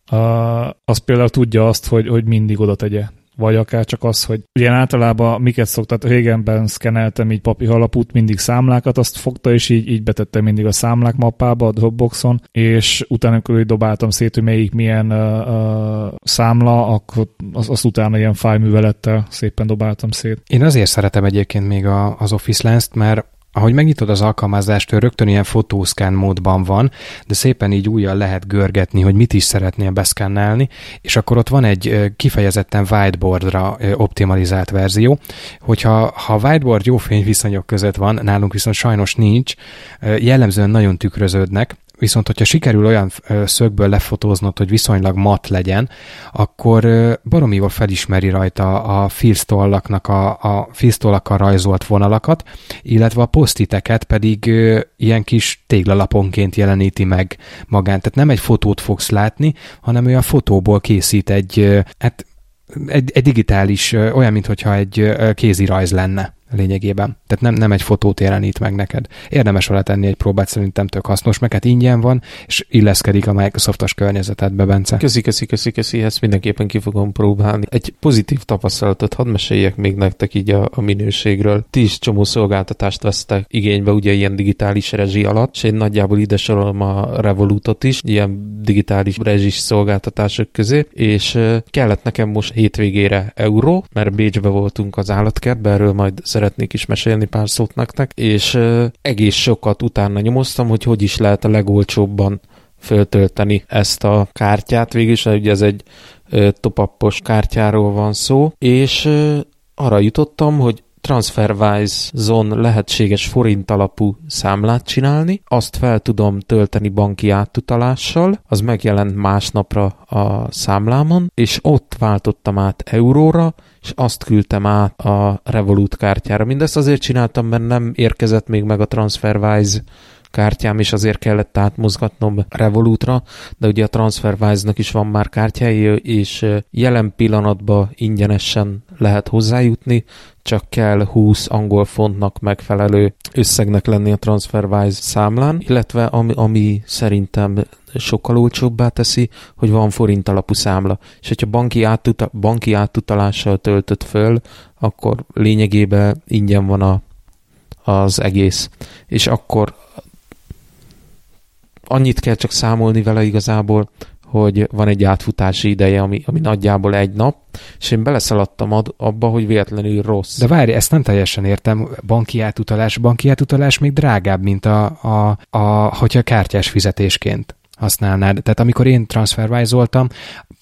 Uh, az például tudja azt, hogy, hogy mindig oda tegye. Vagy akár csak az, hogy ugye általában miket szoktat, régenben szkeneltem így papíralapút, mindig számlákat, azt fogta, és így, így betette mindig a számlák mappába, a Dropboxon, és utána, amikor úgy dobáltam szét, hogy melyik milyen uh, uh, számla, akkor az, azt utána ilyen fájlművelettel szépen dobáltam szét. Én azért szeretem egyébként még a, az Office Lens-t, mert ahogy megnyitod az alkalmazást, ő rögtön ilyen fotószkán módban van, de szépen így újjal lehet görgetni, hogy mit is szeretnél beszkennelni, és akkor ott van egy kifejezetten whiteboardra optimalizált verzió, hogyha ha a whiteboard jó fényviszonyok között van, nálunk viszont sajnos nincs, jellemzően nagyon tükröződnek, viszont hogyha sikerül olyan szögből lefotóznod, hogy viszonylag mat legyen, akkor baromi jól felismeri rajta a filztollaknak a, a filztollakkal rajzolt vonalakat, illetve a posztiteket pedig ilyen kis téglalaponként jeleníti meg magán. Tehát nem egy fotót fogsz látni, hanem ő a fotóból készít egy, hát egy, egy digitális, olyan, mintha egy kézirajz lenne lényegében. Tehát nem, nem egy fotót jelenít meg neked. Érdemes vele tenni egy próbát, szerintem tök hasznos, meg hát ingyen van, és illeszkedik a Microsoftos környezetedbe, Bence. Köszi, köszi, köszi, köszi, ezt mindenképpen ki fogom próbálni. Egy pozitív tapasztalatot hadd meséljek még nektek így a, a minőségről. Ti is csomó szolgáltatást vesztek igénybe, ugye ilyen digitális rezsi alatt, és én nagyjából ide sorolom a Revolutot is, ilyen digitális rezsis szolgáltatások közé, és kellett nekem most hétvégére euró, mert Bécsbe voltunk az állatkertben, erről majd szeretnék is mesélni pár szót nektek, és uh, egész sokat utána nyomoztam, hogy hogy is lehet a legolcsóbban föltölteni ezt a kártyát. Végülis ugye ez egy uh, top-upos kártyáról van szó, és uh, arra jutottam, hogy TransferWise-on lehetséges forint alapú számlát csinálni, azt fel tudom tölteni banki átutalással, az megjelent másnapra a számlámon, és ott váltottam át euróra, és azt küldtem át a Revolut kártyára. Mindezt azért csináltam, mert nem érkezett még meg a TransferWise kártyám, és azért kellett átmozgatnom Revolutra, de ugye a TransferWise-nak is van már kártyája, és jelen pillanatban ingyenesen lehet hozzájutni, csak kell húsz angol fontnak megfelelő összegnek lenni a TransferWise számlán, illetve ami, ami szerintem sokkal olcsóbbá teszi, hogy van forint alapú számla. És hogyha banki, átuta, banki átutalással töltött föl, akkor lényegében ingyen van a, az egész. És akkor annyit kell csak számolni vele igazából, hogy van egy átfutási ideje, ami, ami nagyjából egy nap, és én beleszaladtam ad, abba, hogy véletlenül rossz. De várj, ezt nem teljesen értem, banki átutalás, banki átutalás még drágább, mint a, a, a hogyha kártyás fizetésként használnád. Tehát amikor én TransferWise-oltam,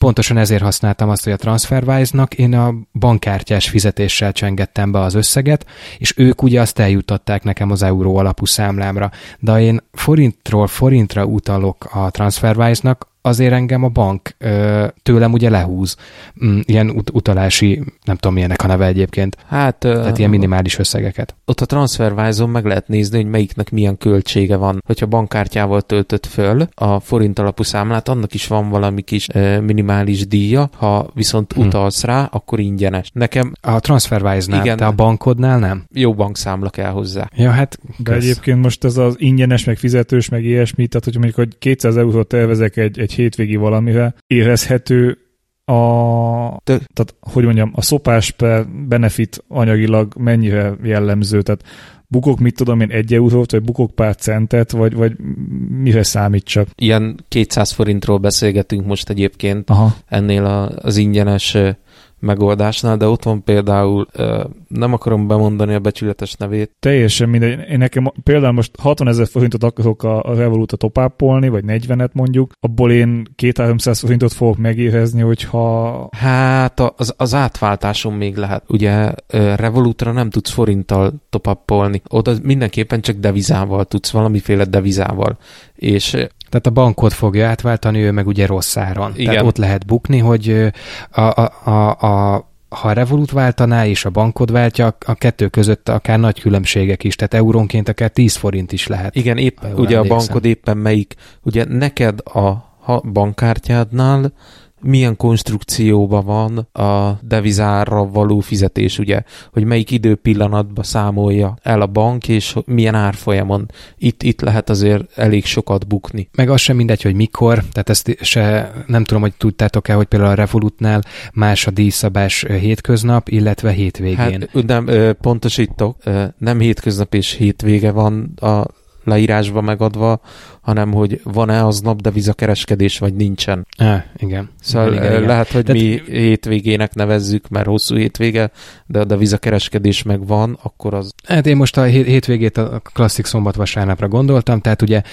pontosan ezért használtam azt, hogy a TransferWise-nak én a bankkártyás fizetéssel csengettem be az összeget, és ők ugye azt eljuttatták nekem az euró alapú számlámra. De én forintról forintra utalok a TransferWise-nak, azért engem a bank ö, tőlem ugye lehúz. Mm, ilyen ut- utalási, nem tudom milyenek a neve egyébként. Hát, Tehát ilyen minimális összegeket. Ott a TransferWise-on meg lehet nézni, hogy melyiknek milyen költsége van. Hogyha bankkártyával töltött föl a forint alapú számlát, annak is van valami kis ö, minimális díja, ha viszont hmm. utalsz rá, akkor ingyenes. Nekem a TransferWise-nál, igen, te a bankodnál nem? Jó bankszámla kell hozzá. Ja, hát de egyébként most ez az ingyenes, meg fizetős, meg ilyesmi, tehát hogy mondjuk, hogy kétszáz eurót tervezek egy, egy hétvégi valamivel, érezhető a, De... tehát, hogy mondjam, a szopás per benefit anyagilag mennyire jellemző, tehát bukok, mit tudom én, egy eurót, vagy bukok pár centet, vagy, vagy mire számítsak? Ilyen kétszáz forintról beszélgetünk most egyébként. Aha. Ennél a, az ingyenes megoldásnál, de ott van például, nem akarom bemondani a becsületes nevét. Teljesen mindegy. Én nekem például most hatvanezer forintot akarok a Revolutra topápolni, vagy negyvenet mondjuk, abból én kétszáz-háromszáz forintot fogok megérezni, hogyha... Hát az, az átváltáson még lehet. Ugye Revolutra nem tudsz forinttal topápolni. Oda mindenképpen csak devizával tudsz, valamiféle devizával. És tehát a bankot fogja átváltani, ő meg ugye rossz áron. Igen. Tehát ott lehet bukni, hogy a, a, a, a, ha a Revolut váltaná és a bankod váltja, a kettő között akár nagy különbségek is, tehát eurónként akár tíz forint is lehet. Igen, épp, ugye a bankod éppen melyik, ugye neked a bankkártyádnál milyen konstrukcióban van a devizára való fizetés, ugye, hogy melyik időpillanatban számolja el a bank, és milyen árfolyamon. Itt, itt lehet azért elég sokat bukni. Meg az sem mindegy, hogy mikor, tehát ezt se nem tudom, hogy tudtátok-e, hogy például a Revolutnál más a díjszabás hétköznap, illetve hétvégén. Hát nem, pontosítok, nem hétköznap és hétvége van a leírásba megadva, hanem hogy van-e aznap devizakereskedés, vagy nincsen. Ah, igen. Szóval igen, igen, lehet, hogy Tehát... mi hétvégének nevezzük, mert hosszú hétvége, de a devizakereskedés meg van, akkor az... Hát én most a hétvégét a klasszik szombat-vasárnapra gondoltam, tehát ugye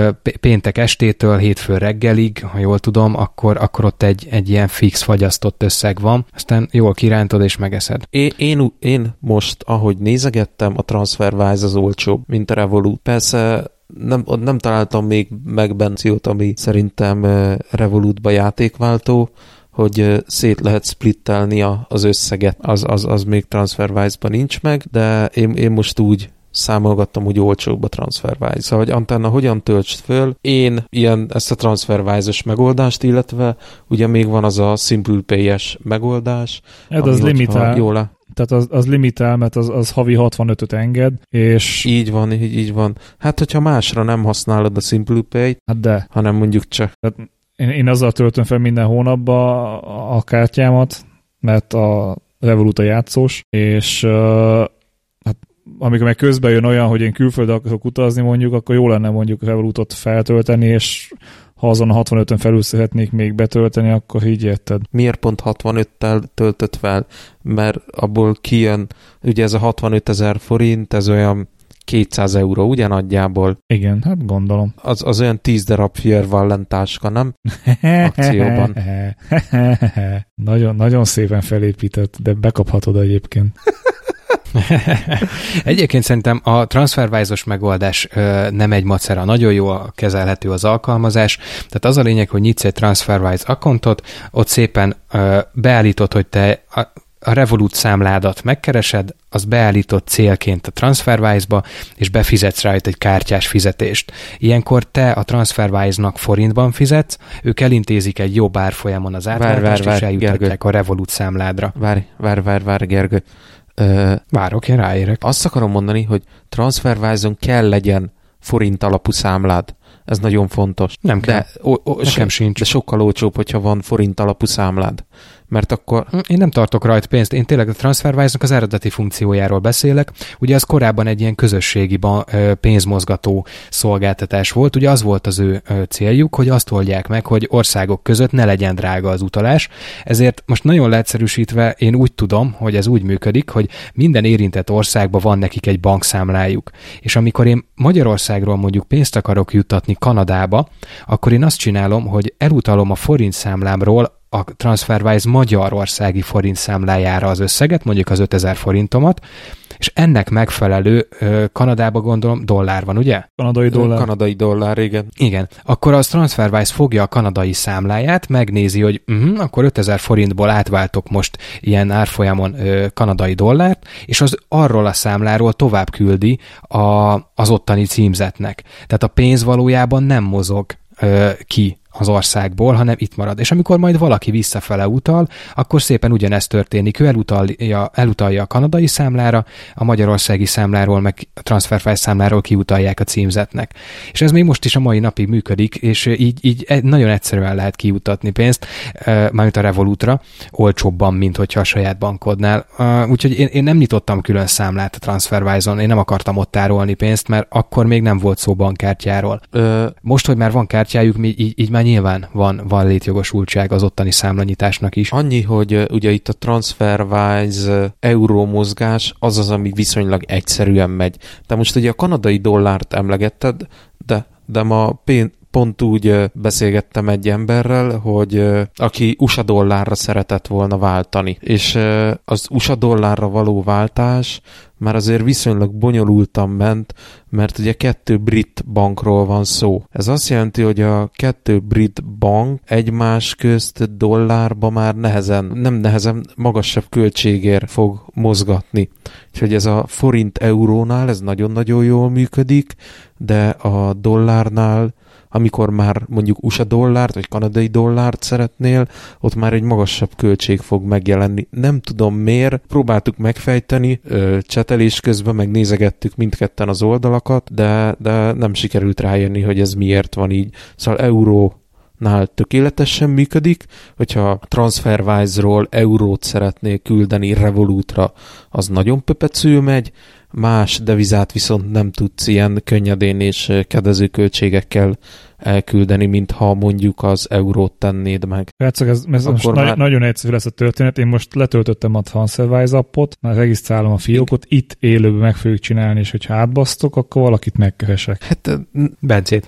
péntek estétől hétfő reggelig, ha jól tudom, akkor, akkor ott egy, egy ilyen fix fagyasztott összeg van, aztán jól kirántod és megeszed. Én, én, én most, ahogy nézegettem, a TransferWise az olcsóbb, mint a Revolut. Persze Nem, nem találtam még meg benciót, ami szerintem Revolutba játékváltó, hogy szét lehet splittelni az összeget. Az, az, az még TransferWise-ban nincs meg, de én, én most úgy számolgattam, hogy olcsóbb a TransferWise. Szóval, hogy Antenna, hogyan töltsd föl? Én ilyen ezt a TransferWise-os megoldást, illetve ugye még van az a Simple Pay-es megoldás. Ez az limitál. Jól Tehát az, az limitál, mert az, az havi hatvanötöt enged, és... Így van, így, így van. Hát, hogyha másra nem használod a Simple Pay-t, hát de. hanem mondjuk csak... Tehát én, én azzal töltöm fel minden hónapban a, a kártyámat, mert a Revolut a játszós, és uh, hát amikor meg közben jön olyan, hogy én külföldre akarok utazni mondjuk, akkor jó lenne mondjuk Revolutot feltölteni, és ha azon a hatvanötön felül szeretnék még betölteni, akkor így érted. Miért pont hatvanöttel töltött fel? Mert abból kijön, ugye ez a hatvanötezer forint, ez olyan kétszáz euró, ugye nagyjából? Igen, hát gondolom. Az, az olyan tíz darab Fiervallen táska, nem? Akcióban. nagyon, nagyon szépen felépített, de bekaphatod egyébként. Egyébként szerintem a TransferWise-os megoldás ö, nem egy macera, nagyon jó kezelhető az alkalmazás, tehát az a lényeg, hogy nyitsz egy TransferWise accountot, ott szépen ö, beállítod, hogy te a, a Revolut számládat megkeresed, az beállított célként a TransferWise-ba, és befizetsz rajta egy kártyás fizetést. Ilyenkor te a TransferWise-nak forintban fizetsz, ők elintézik egy jobb árfolyamon az átváltást, és eljutatják a Revolut számládra. Várj, várj, várj, várj, Gergő. Uh, Várok, én ráérek. Azt akarom mondani, hogy TransferWise-on kell legyen forint alapú számlád. Ez nagyon fontos. Nem kell. De, o, o, Nekem so, sincs. De sokkal olcsóbb, hogyha van forint alapú számlád. Mert akkor... Én nem tartok rajta pénzt. Én tényleg a TransferWise-nak az eredeti funkciójáról beszélek. Ugye az korábban egy ilyen közösségi pénzmozgató szolgáltatás volt. Ugye az volt az ő céljuk, hogy azt oldják meg, hogy országok között ne legyen drága az utalás. Ezért most nagyon leegyszerűsítve én úgy tudom, hogy ez úgy működik, hogy minden érintett országban van nekik egy bankszámlájuk. És amikor én Magyarországról mondjuk pénzt akarok juttatni Kanadába, akkor én azt csinálom, hogy elutalom a forint számlámról a TransferWise magyarországi forint számlájára az összeget, mondjuk az ötezer forintomat, és ennek megfelelő Kanadába gondolom dollár van, ugye? Kanadai dollár. Kanadai dollár, igen. Igen. Akkor az TransferWise fogja a kanadai számláját, megnézi, hogy uh-huh, akkor ötezer forintból átváltok most ilyen árfolyamon ö, kanadai dollárt, és az arról a számláról tovább küldi a, az ottani címzetnek. Tehát a pénz valójában nem mozog ö, ki az országból, hanem itt marad. És amikor majd valaki visszafele utal, akkor szépen ugyanezt történik. Ő elutalja, elutalja a kanadai számlára, a magyarországi számláról, meg a TransferWise számláról kiutalják a címzetnek. És ez még most is a mai napig működik, és így, így nagyon egyszerűen lehet kiutatni pénzt, mármint a Revolutra, olcsóbban, mint hogyha a saját bankodnál. Úgyhogy én, én nem nyitottam külön számlát a TransferWise-on, én nem akartam ott tárolni pénzt, mert akkor még nem volt szó bankkártyáról. Ö... Most, hogy már van kártyájuk, így, így már nyilván van, van létjogosultság az ottani számlanyításnak is. Annyi, hogy uh, ugye itt a TransferWise uh, euró mozgás az az, ami viszonylag egyszerűen megy. De most ugye a kanadai dollárt emlegetted, de, de ma pén- pont úgy uh, beszélgettem egy emberrel, hogy uh, aki u es á dollárra szeretett volna váltani. És uh, az u es á dollárra való váltás már azért viszonylag bonyolultan ment, mert ugye kettő brit bankról van szó. Ez azt jelenti, hogy a kettő brit bank egymás közt dollárba már nehezen, nem nehezen, magasabb költségért fog mozgatni. Úgyhogy ez a forint eurónál ez nagyon-nagyon jól működik, de a dollárnál, amikor már mondjuk u es á dollárt, vagy kanadai dollárt szeretnél, ott már egy magasabb költség fog megjelenni. Nem tudom miért, próbáltuk megfejteni, csetelés közben megnézegettük mindketten az oldalakat, de, de nem sikerült rájönni, hogy ez miért van így. Szóval eurónál tökéletesen működik, hogyha TransferWise-ról eurót szeretnél küldeni Revolutra, az nagyon pöpecül megy, más devizát viszont nem tudsz ilyen könnyedén és kedvező költségekkel elküldeni, mintha mondjuk az eurót tennéd meg. Percek, ez, ez most már... na- nagyon egyszerű lesz a történet. Én most letöltöttem a TransferWise appot, már regisztrálom a fiókot, itt élőben meg fogjuk csinálni, és hogyha átbasztok, akkor valakit megkeresek. Hát... Bencét.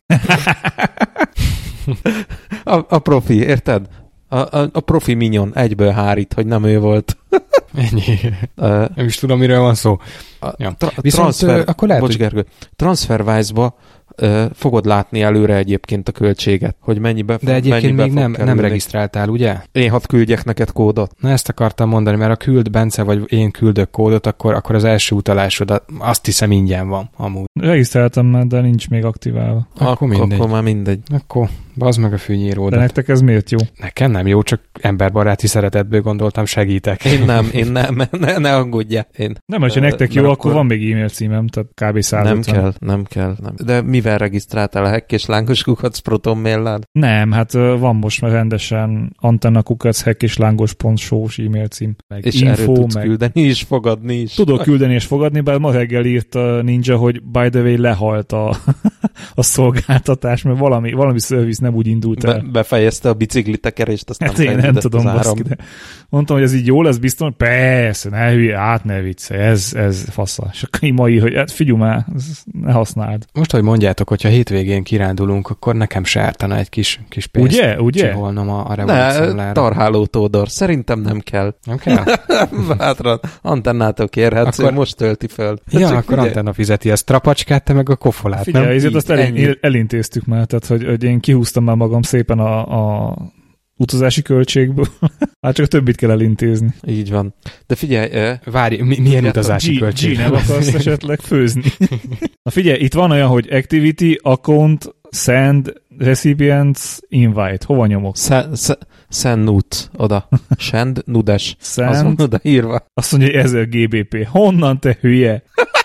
a, a profi, érted? A, a, a profi minyon egyből hárít, hogy nem ő volt. Ennyi. Uh, nem is tudom, miről van szó. A, ja. tra- Viszont, transfer, akkor lehet, bocs, hogy... Gergő, TransferWise-ba uh, fogod látni előre egyébként a költséget, hogy mennyibe De egyébként mennyibe még nem, nem regisztráltál, ugye? Én hadd küldjek neked kódot. Na ezt akartam mondani, mert ha küld Bence, vagy én küldök kódot, akkor, akkor az első utalásod, azt hiszem ingyen van amúgy. Regisztráltam már, de nincs még aktiválva. Akkor, akkor mindegy. Akkor már mindegy. Akkor bazd meg a fűnyíródat. De nektek ez miért jó? Nekem nem jó, csak emberbaráti szeretetből gondoltam, segítek. Én nem, én nem, ne, ne aggódjál. Én, nem, hogyha nektek jó, akkor, akkor van még e-mail címem, tehát kb. száz ötven. Nem kell, nem kell. Nem. De mivel regisztráltál a Hack és Lángos Kukac Proton maillel? Nem, hát van most már rendesen Antenna Kukac Hack és Lángos pont show-s e-mail cím. Meg és info, erről tudsz meg... küldeni és fogadni is. Tudok küldeni és fogadni, bár ma reggel írt a Ninja, hogy by the way lehalt a, a szolgáltatás, mert valami, valami service nem úgy indult el. Be, befejezte a biciklitekerést, azt hát nem én nem tudom, baszki, de mondtam, hogy ez így jó lesz biztos, persze, ne hülye, át ne viccelj, ez, ez fasza. És akkor mai, hogy hát figyelj már, ne használd. Most, hogy mondjátok, hogyha hétvégén kirándulunk, akkor nekem se ártana egy kis, kis pénzt. Ugye, ugye? Csiholnom a, a Revolut Ne, tarháló Tódor, szerintem nem kell. Nem kell? Hátra, antennától kérhetsz, akkor... most tölti föl. Ja, csak akkor figyelj. Antenna fizeti a strapacskát, te meg a kofolát, figyelj, nem? Figyelj, azt el, elintéztük már, tehát hogy, hogy én kihúztam már magam szépen a, a utazási költségből. Hát csak a többit kell elintézni. Így van. De figyelj... Uh, Várj, mi, milyen utazási G, költség? G nem akarsz esetleg főzni. Na figyelj, itt van olyan, hogy Activity, Account, Send, Recipients, Invite. Hova nyomok? Send Nut, oda. Send Nudes. Send. Az van oda írva. Azt mondja, hogy ezer gé bé pé. Honnan te hülye?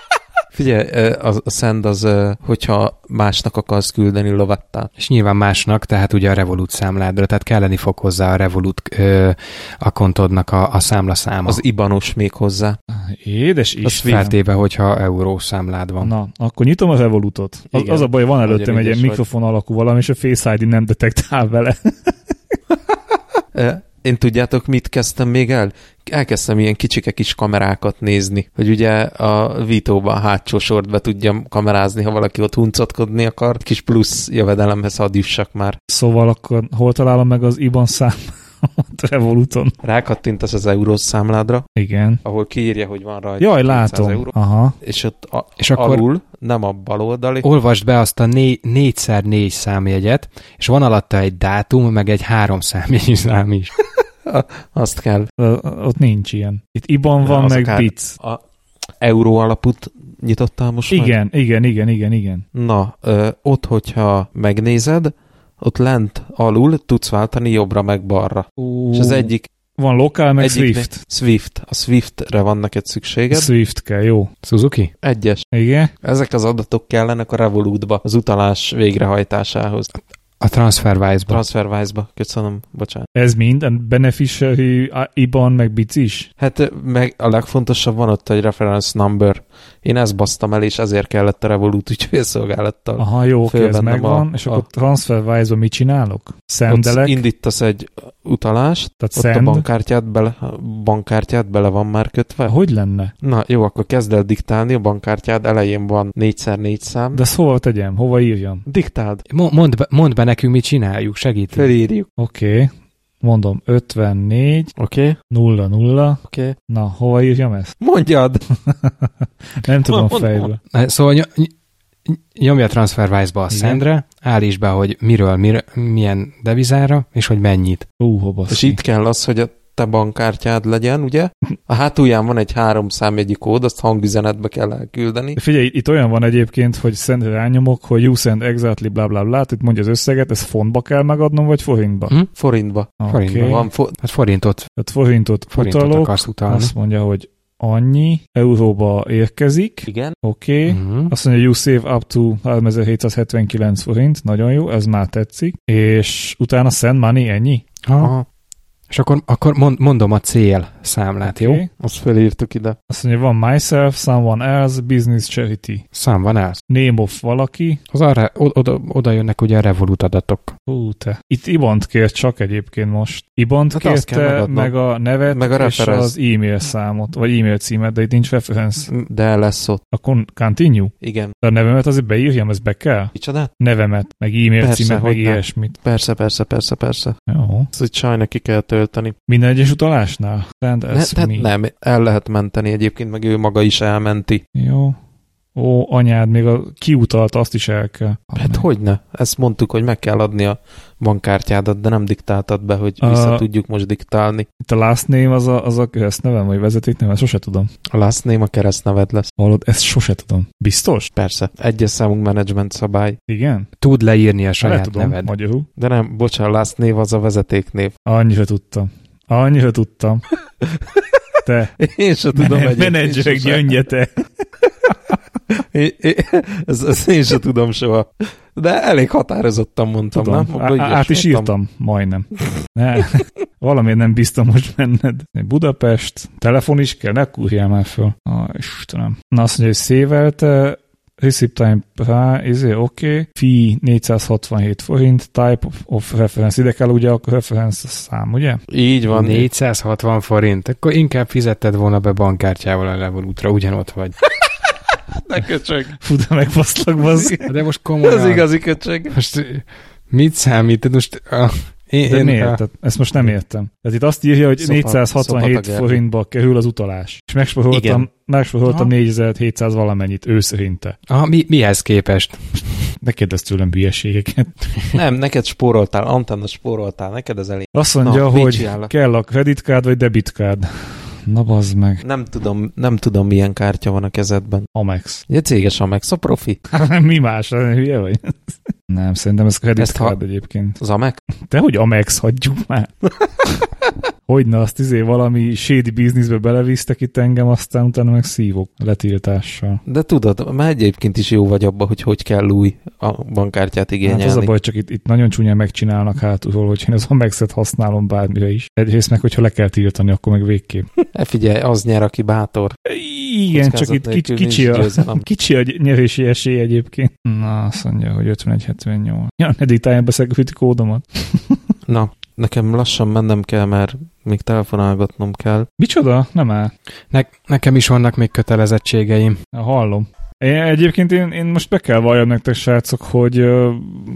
Figyelj, a send az, hogyha másnak akarsz küldeni lovattát. És nyilván másnak, tehát ugye a Revolut számládra, tehát kelleni fog hozzá a Revolut ö, akkontodnak a, a számlaszáma. Az ibanos még hozzá. Édes is. Feltéve, hogyha euró számlád van. Na, akkor nyitom a Revolutot. Az, az a baj, van előttem egy ilyen mikrofon alakú valami, és a Face áj dí nem detektál vele. Én tudjátok, mit kezdtem még el? Elkezdtem ilyen kicsike kis kamerákat nézni, hogy ugye a Vitóban a hátsó sort be tudjam kamerázni, ha valaki ott huncatkodni akar. Kis plusz jövedelemhez hadd jussak már. Szóval akkor hol találom meg az i bé á en szám, Revoluton. Rákattintasz az eurós számládra, Igen. ahol kiírja, hogy van rajta Jaj, látom. euró, Aha. és ott a, És akkor alul, nem a baloldali. olvasd be azt a né- négyszer négy számjegyet, és van alatta egy dátum, meg egy három számjegyű szám is. Azt kell. Ö, Ott nincs ilyen. Itt I B A N van, Az meg akár- BIC. A euró alapút nyitottál most meg? Igen, igen, igen, igen, igen. Na, ö, ott, hogyha megnézed, ott lent alul tudsz váltani jobbra meg balra. Uh, És az egyik... Van lokál, meg egyiknek- Swift. Swift. A Swiftre van neked szükséged. Swift kell, jó. Suzuki? Egyes. Igen? Ezek az adatok kellenek a Revolutba, az utalás végrehajtásához. A TransferWise-ba. TransferWise-ba. Köszönöm, bocsánat. Ez mind? Beneficiary, I B A N, meg BIC is? Hát meg a legfontosabb van ott egy reference number. Én ezt basztam el, és ezért kellett a Revolut ügyfélszolgálattal. Aha, jó, oké, ez fölvennem megvan. a- És a- akkor TransferWise-on mit csinálok? Ott Szendelek? indítasz egy utalást, Tehát ott a send? bankkártyát bele, a bankkártyát bele van már kötve. Hogy lenne? Na jó, akkor kezd el diktálni, a bankkártyád elején van négyszer négy szám. De ezt hova tegyem? Hova írjam? Diktáld, Mo- Mondd be, mondd be nekünk, mit csináljuk, segítünk. felírjuk. Oké. Okay. Mondom, ötvennégy, Oké, okay, nulla nulla. oké. Okay. Na, hova írjam ezt? Mondjad! Nem tudom Mond- fejből. Szóval ny- ny- nyomja a TransferWise-ba a Igen. sendre, állítsd be, hogy miről, miről, milyen devizára, és hogy mennyit. Ú, hova És itt kell az, hogy a te bankkártyád legyen, ugye? A hátulján van egy három számjegyi kód, azt hangüzenetbe kell elküldeni. De figyelj, itt olyan van egyébként, hogy sendre rányomok, hogy you send exactly bla bla bla, itt mondja az összeget, ez fontba kell megadnom, vagy forintba? Hm? Forintba. Oké. Forintba Van fo- Hát forintot, Tehát forintot, forintot utalok, akarsz utalni. azt mondja, hogy annyi euróba érkezik, Igen. oké, okay. Mhm. Azt mondja, you save up to háromezer-hétszázhetvenkilenc forint, nagyon jó, ez már tetszik, és utána send money, ennyi? Aha. Aha. És akkor, akkor mond, mondom a cél számlát, jó? Okay. Azt felírtuk ide. Azt mondja, van myself, someone else, business charity. Szám van ez. Name of valaki. Az arra, oda, oda jönnek ugye a Revolut adatok. Hú, te. Itt I B A N-t kért csak egyébként most. I B A N-t Hát azt kell kérte, megadnom. meg a nevet, Meg a és reference. az e-mail számot, vagy e-mail címet, de itt nincs reference. De lesz ott. Akkor continue? Igen. De a nevemet azért beírjam, ez be kell? Micsoda? Nevemet, meg e-mail Persze, címet, meg hogyne. ilyesmit. Persze, persze, persze, persze. Jó. Ezt egy sajna ki kell tölteni. Minden egyes utalásnál? Send Ne, as tehát me. nem, el lehet menteni egyébként, meg ő maga is elmenti. Jó. Ó, anyád, még a kiutalt, azt is el kell. Hát hogyne? Ezt mondtuk, hogy meg kell adni a bankkártyádat, de nem diktáltad be, hogy A- vissza tudjuk most diktálni. Itt a last name az a, az a keresztnevem, vagy vezetéknevem, ezt sose tudom. A last name a keresztneved lesz. Hallod, ezt sose tudom. Biztos? Persze. Egyes számunk menedzsment szabály. Igen? Tud leírni a Le saját tudom, neved. magyarul. De nem, bocsánat, last name az a vezetéknév. Annyira tudtam. Annyira tudtam. Te. Én sem tudom Men- egyébként menedzserek sose. gyöngye, te. É- é- ez, ez én sem tudom soha. De elég határozottan mondtam, Tudom. nem? Á- Abba át is mondtam. írtam. Majdnem. Ne. Valamiért nem bíztam most benned. Budapest. Telefon is kell, ne kurjál már föl. Ah, Istenem. Na azt mondja, hogy szévelte, receipt time rá, izé, oké, okay. Fee négyszázhatvanhét forint, type of, of reference. Ide kell ugye a reference szám, ugye? Így van. négyszázhatvan forint. Akkor inkább fizetted volna be bankkártyával a Revolutra, ugyanott vagy. Ne köcsög. Fú, de megbaszlak, bazd. De most komolyan. Ez igazi köcsög. Most mit számít? Most uh, én, De én, miért? uh, Tehát ezt most nem értem. Tehát itt azt írja, hogy Szopat- négyszázhatvanhét szopat a gerbe. forintba kerül az utalás. És megspóroltam, Igen. megspóroltam Aha. négyezer-hétszáz valamennyit ő szerinte. aha, mi, mihez képest? Ne kérdezz tőlem hülyeségeket. Nem, neked spóroltál, Antenna spóroltál, neked ez elég. Azt mondja, Na, mit hogy csinálok? kell a kreditkárd vagy debitkárd. Na bazd meg. Nem tudom, nem tudom, milyen kártya van a kezedben. Amex. Egy céges Amex, a profi. Mi más? Hülye vagy? Nem, szerintem ez kreditkárd ha- egyébként. Az Amex? De hogy Amex, hagyjuk már. Hogyne, azt izé valami shady bizniszbe belevisztek itt engem, aztán utána meg szívok letiltással. De tudod, már egyébként is jó vagy abba, hogy hogy kell új a bankkártyát igényelni. Hát az a baj, csak itt, itt nagyon csúnyán megcsinálnak hátulról, hogy én az Amexet használom bármire is. Egyrészt meg, hogyha le kell tiltani, akkor meg végképp. E figyelj, az nyer, aki bátor. Igen, csak itt Kockázat kicsi, nélkül kicsi, nincs a, győzelem. kicsi a nyerési esély egyébként. Na, azt mondja, hogy ötvenegy hetvennyolc. Ja, ne diktálj be security kódomat. Na, nekem lassan mennem kell, mert még telefonálgatnom kell. Micsoda? Nem áll. Ne, nekem is vannak még kötelezettségeim. Hallom. Én, egyébként én, én most be kell valljam nektek, srácok, hogy uh,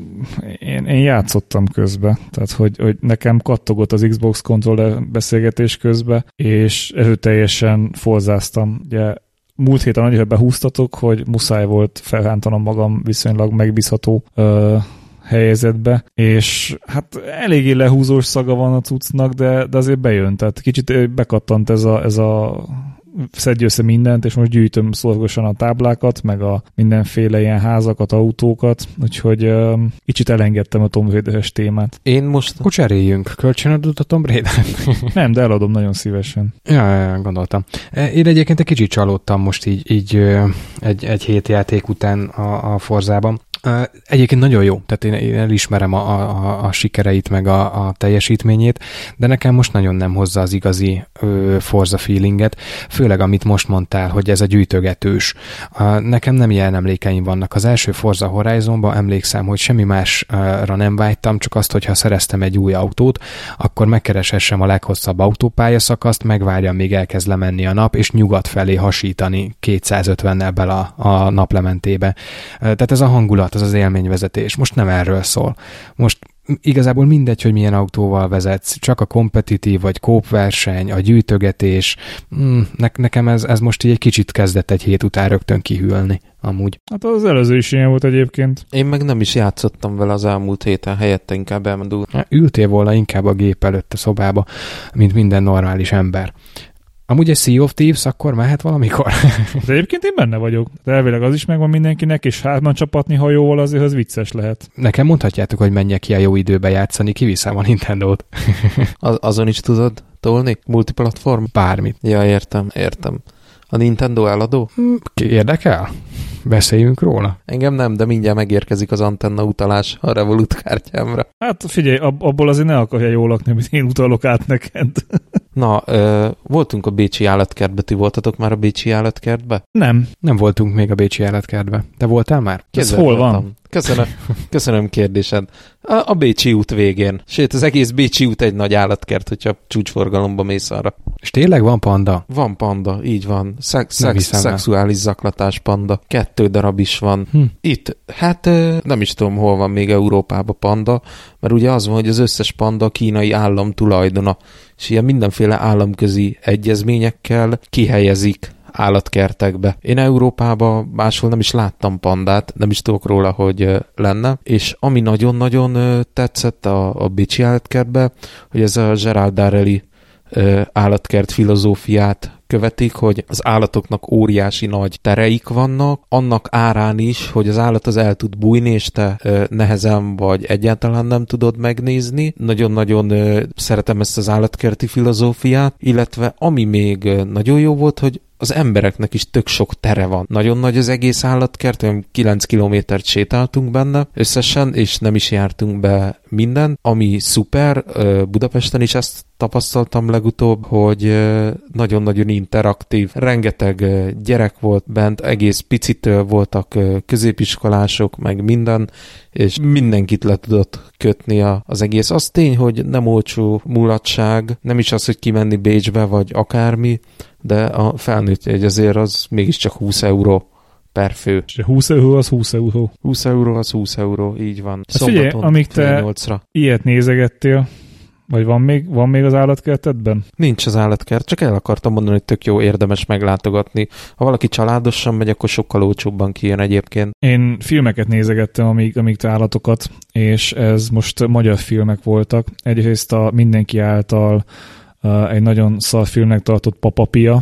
én, én játszottam közben. Tehát, hogy, hogy nekem kattogott az Xbox controller beszélgetés közben, és erőteljesen forzáztam. Ugye múlt héten annyira behúztatok, hogy muszáj volt felrántanom magam viszonylag megbízható uh, helyzetbe, és hát eléggé lehúzós szaga van a cuccnak, de, de azért bejön. Tehát kicsit bekattant ez a, ez a szedj össze mindent, és most gyűjtöm szorgosan a táblákat, meg a mindenféle ilyen házakat, autókat, úgyhogy uh, kicsit elengedtem a Tomb Raider-es témát. Én most... Akkor cseréljünk. Kölcsönadod a Tomb Raider-t? Nem, de eladom nagyon szívesen. Ja, ja, gondoltam. Én egyébként egy kicsit csalódtam most így, így egy, egy hét játék után a, a Forzában. Egyébként nagyon jó, tehát én, én elismerem a, a, a sikereit, meg a, a teljesítményét, de nekem most nagyon nem hozza az igazi ö, Forza feelinget, főleg amit most mondtál, hogy ez a gyűjtögetős. Nekem nem ilyen emlékeim vannak. Az első Forza Horizonban emlékszem, hogy semmi másra nem vágytam, csak azt, hogyha szereztem egy új autót, akkor megkereshessem a leghosszabb autópályaszakaszt, megvárjam, még elkezd lemenni a nap, és nyugat felé hasítani kétszázötvennel bele a, a naplementébe. Tehát ez a hangulat, az az élményvezetés. Most nem erről szól. Most igazából mindegy, hogy milyen autóval vezetsz, csak a kompetitív vagy kópverseny, a gyűjtögetés, mm, ne- nekem ez, ez most így egy kicsit kezdett egy hét után rögtön kihűlni, amúgy. Hát az előző is ilyen volt egyébként. Én meg nem is játszottam vele az elmúlt héten, helyette inkább elmondul. Ültél volna inkább a gép előtt a szobába, mint minden normális ember. Amúgy egy Sea of Thieves akkor mehet valamikor? De egyébként én benne vagyok. De elvileg az is megvan mindenkinek, és hátban csapatni hajóval azért az vicces lehet. Nekem mondhatjátok, hogy menjek ki a jó időbe játszani, kiviszem a Nintendót. Az, azon is tudod tolni? Multiplatform? Bármit. Ja, értem, értem. A Nintendo eladó? Érdekel? Beszéljünk róla. Engem nem, de mindjárt megérkezik az antenna utalás a Revolut kártyámra. Hát figyelj, ab- abból azért ne akarja jól lakni, amit én utalok át neked. Na, ö, voltunk a Bécsi állatkertbe, ti voltatok már a Bécsi állatkertbe? Nem. Nem voltunk még a Bécsi állatkertbe. Te voltál már? Ez hol van? Voltam. Köszönöm, köszönöm kérdésed. A, a Bécsi út végén. Sőt, az egész Bécsi út egy nagy állatkert, hogyha csúcsforgalomba mész arra. És tényleg van panda? Van panda, így van. Szex, szex, szexuális zaklatás panda. Kettő darab is van. Hm. Itt, hát nem is tudom, hol van még Európában panda, mert ugye az van, hogy az összes panda a kínai állam tulajdona, és ilyen mindenféle államközi egyezményekkel kihelyezik állatkertekbe. Én Európában máshol nem is láttam pandát, nem is tudok róla, hogy lenne, és ami nagyon-nagyon tetszett a, a Bécsi állatkertbe, hogy ez a Gerald Darrelly állatkert filozófiát követik, hogy az állatoknak óriási nagy tereik vannak, annak árán is, hogy az állat az el tud bújni, és te ö, nehezen vagy egyáltalán nem tudod megnézni. Nagyon-nagyon ö, szeretem ezt az állatkerti filozófiát, illetve ami még ö, nagyon jó volt, hogy az embereknek is tök sok tere van. Nagyon nagy az egész állatkert, olyan kilenc kilométert sétáltunk benne összesen, és nem is jártunk be minden. Ami szuper, Budapesten is ezt tapasztaltam legutóbb, hogy nagyon-nagyon interaktív. Rengeteg gyerek volt bent, egész picitől voltak középiskolások, meg minden, és mindenkit le tudott kötni az egész. Az tény, hogy nem olcsó mulatság, nem is az, hogy kimenni Bécsbe, vagy akármi, de a felnőtt jegy azért az mégiscsak húsz euró per fő. És húsz euró az húsz euró. húsz euró az húsz euró, így van. Hát figyelj, amíg te nyolcra ilyet nézegettél, vagy van még, van még az állatkertedben? Nincs az állatkert, csak el akartam mondani, hogy tök jó, érdemes meglátogatni. Ha valaki családosan megy, akkor sokkal olcsóbban kijön egyébként. Én filmeket nézegettem, amíg, amíg te állatokat, és ez most magyar filmek voltak. Egyrészt a mindenki által uh, egy nagyon szar filmnek tartott Papa Pia,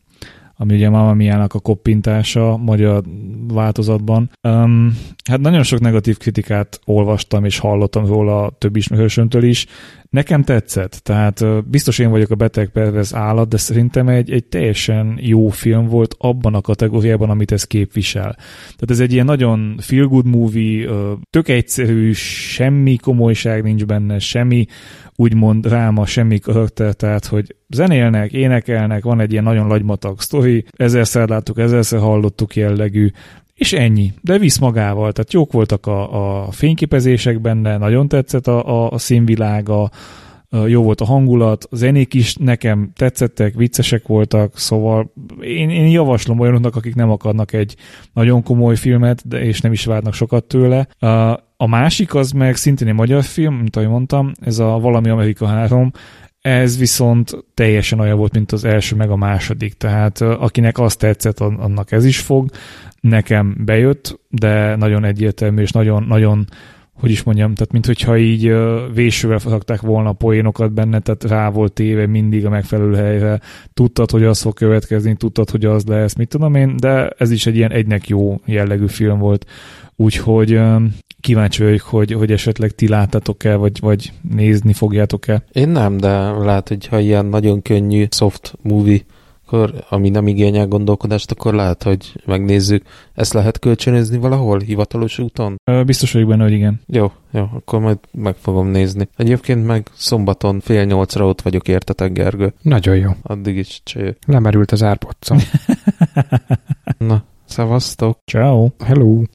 ami ugye Mamma Mia-nak a koppintása magyar változatban. Um, hát nagyon sok negatív kritikát olvastam és hallottam róla több ismerősömtől is. Nekem tetszett, tehát uh, biztos én vagyok a beteg pervers állat, de szerintem egy, egy teljesen jó film volt abban a kategóriában, amit ez képvisel. Tehát ez egy ilyen nagyon feel good movie, uh, tök egyszerű, semmi komolyság nincs benne, semmi úgymond dráma, semmi karakter, tehát hogy zenélnek, énekelnek, van egy ilyen nagyon lagymatag sztori, ezerszer láttuk, ezerszer hallottuk jellegű, és ennyi. De visz magával, tehát jók voltak a, a fényképezések benne, nagyon tetszett a, a, a színvilága, jó volt a hangulat, a zenék is nekem tetszettek, viccesek voltak, szóval én, én javaslom olyanoknak, akik nem akarnak egy nagyon komoly filmet, de és nem is várnak sokat tőle. A másik az meg szintén egy magyar film, mint ahogy mondtam, ez a Valami Amerika három, ez viszont teljesen olyan volt, mint az első meg a második, tehát akinek azt tetszett, annak ez is fog. Nekem bejött, de nagyon egyértelmű, és nagyon, nagyon hogy is mondjam, tehát minthogyha így vésővel szakták volna a poénokat benne, tehát rá volt téve mindig a megfelelő helyre, tudtad, hogy az fog következni, tudtad, hogy az lesz, mit tudom én, de ez is egy ilyen egynek jó jellegű film volt, úgyhogy kíváncsi vagyok, hogy, hogy esetleg ti láttatok-e, vagy, vagy nézni fogjátok-e. Én nem, de lehet, hogy ha ilyen nagyon könnyű soft movie, akkor, ami nem igényel gondolkodást, akkor lehet, hogy megnézzük. Ezt lehet kölcsönözni valahol, hivatalos úton? Biztos vagyok benne, hogy igen. Jó, jó, akkor majd meg fogom nézni. Egyébként meg szombaton fél nyolcra ott vagyok, értetek, Gergő? Nagyon jó. Addig is cső. Lemerült az árpocca. Na, szevasztok. Ciao. Hello.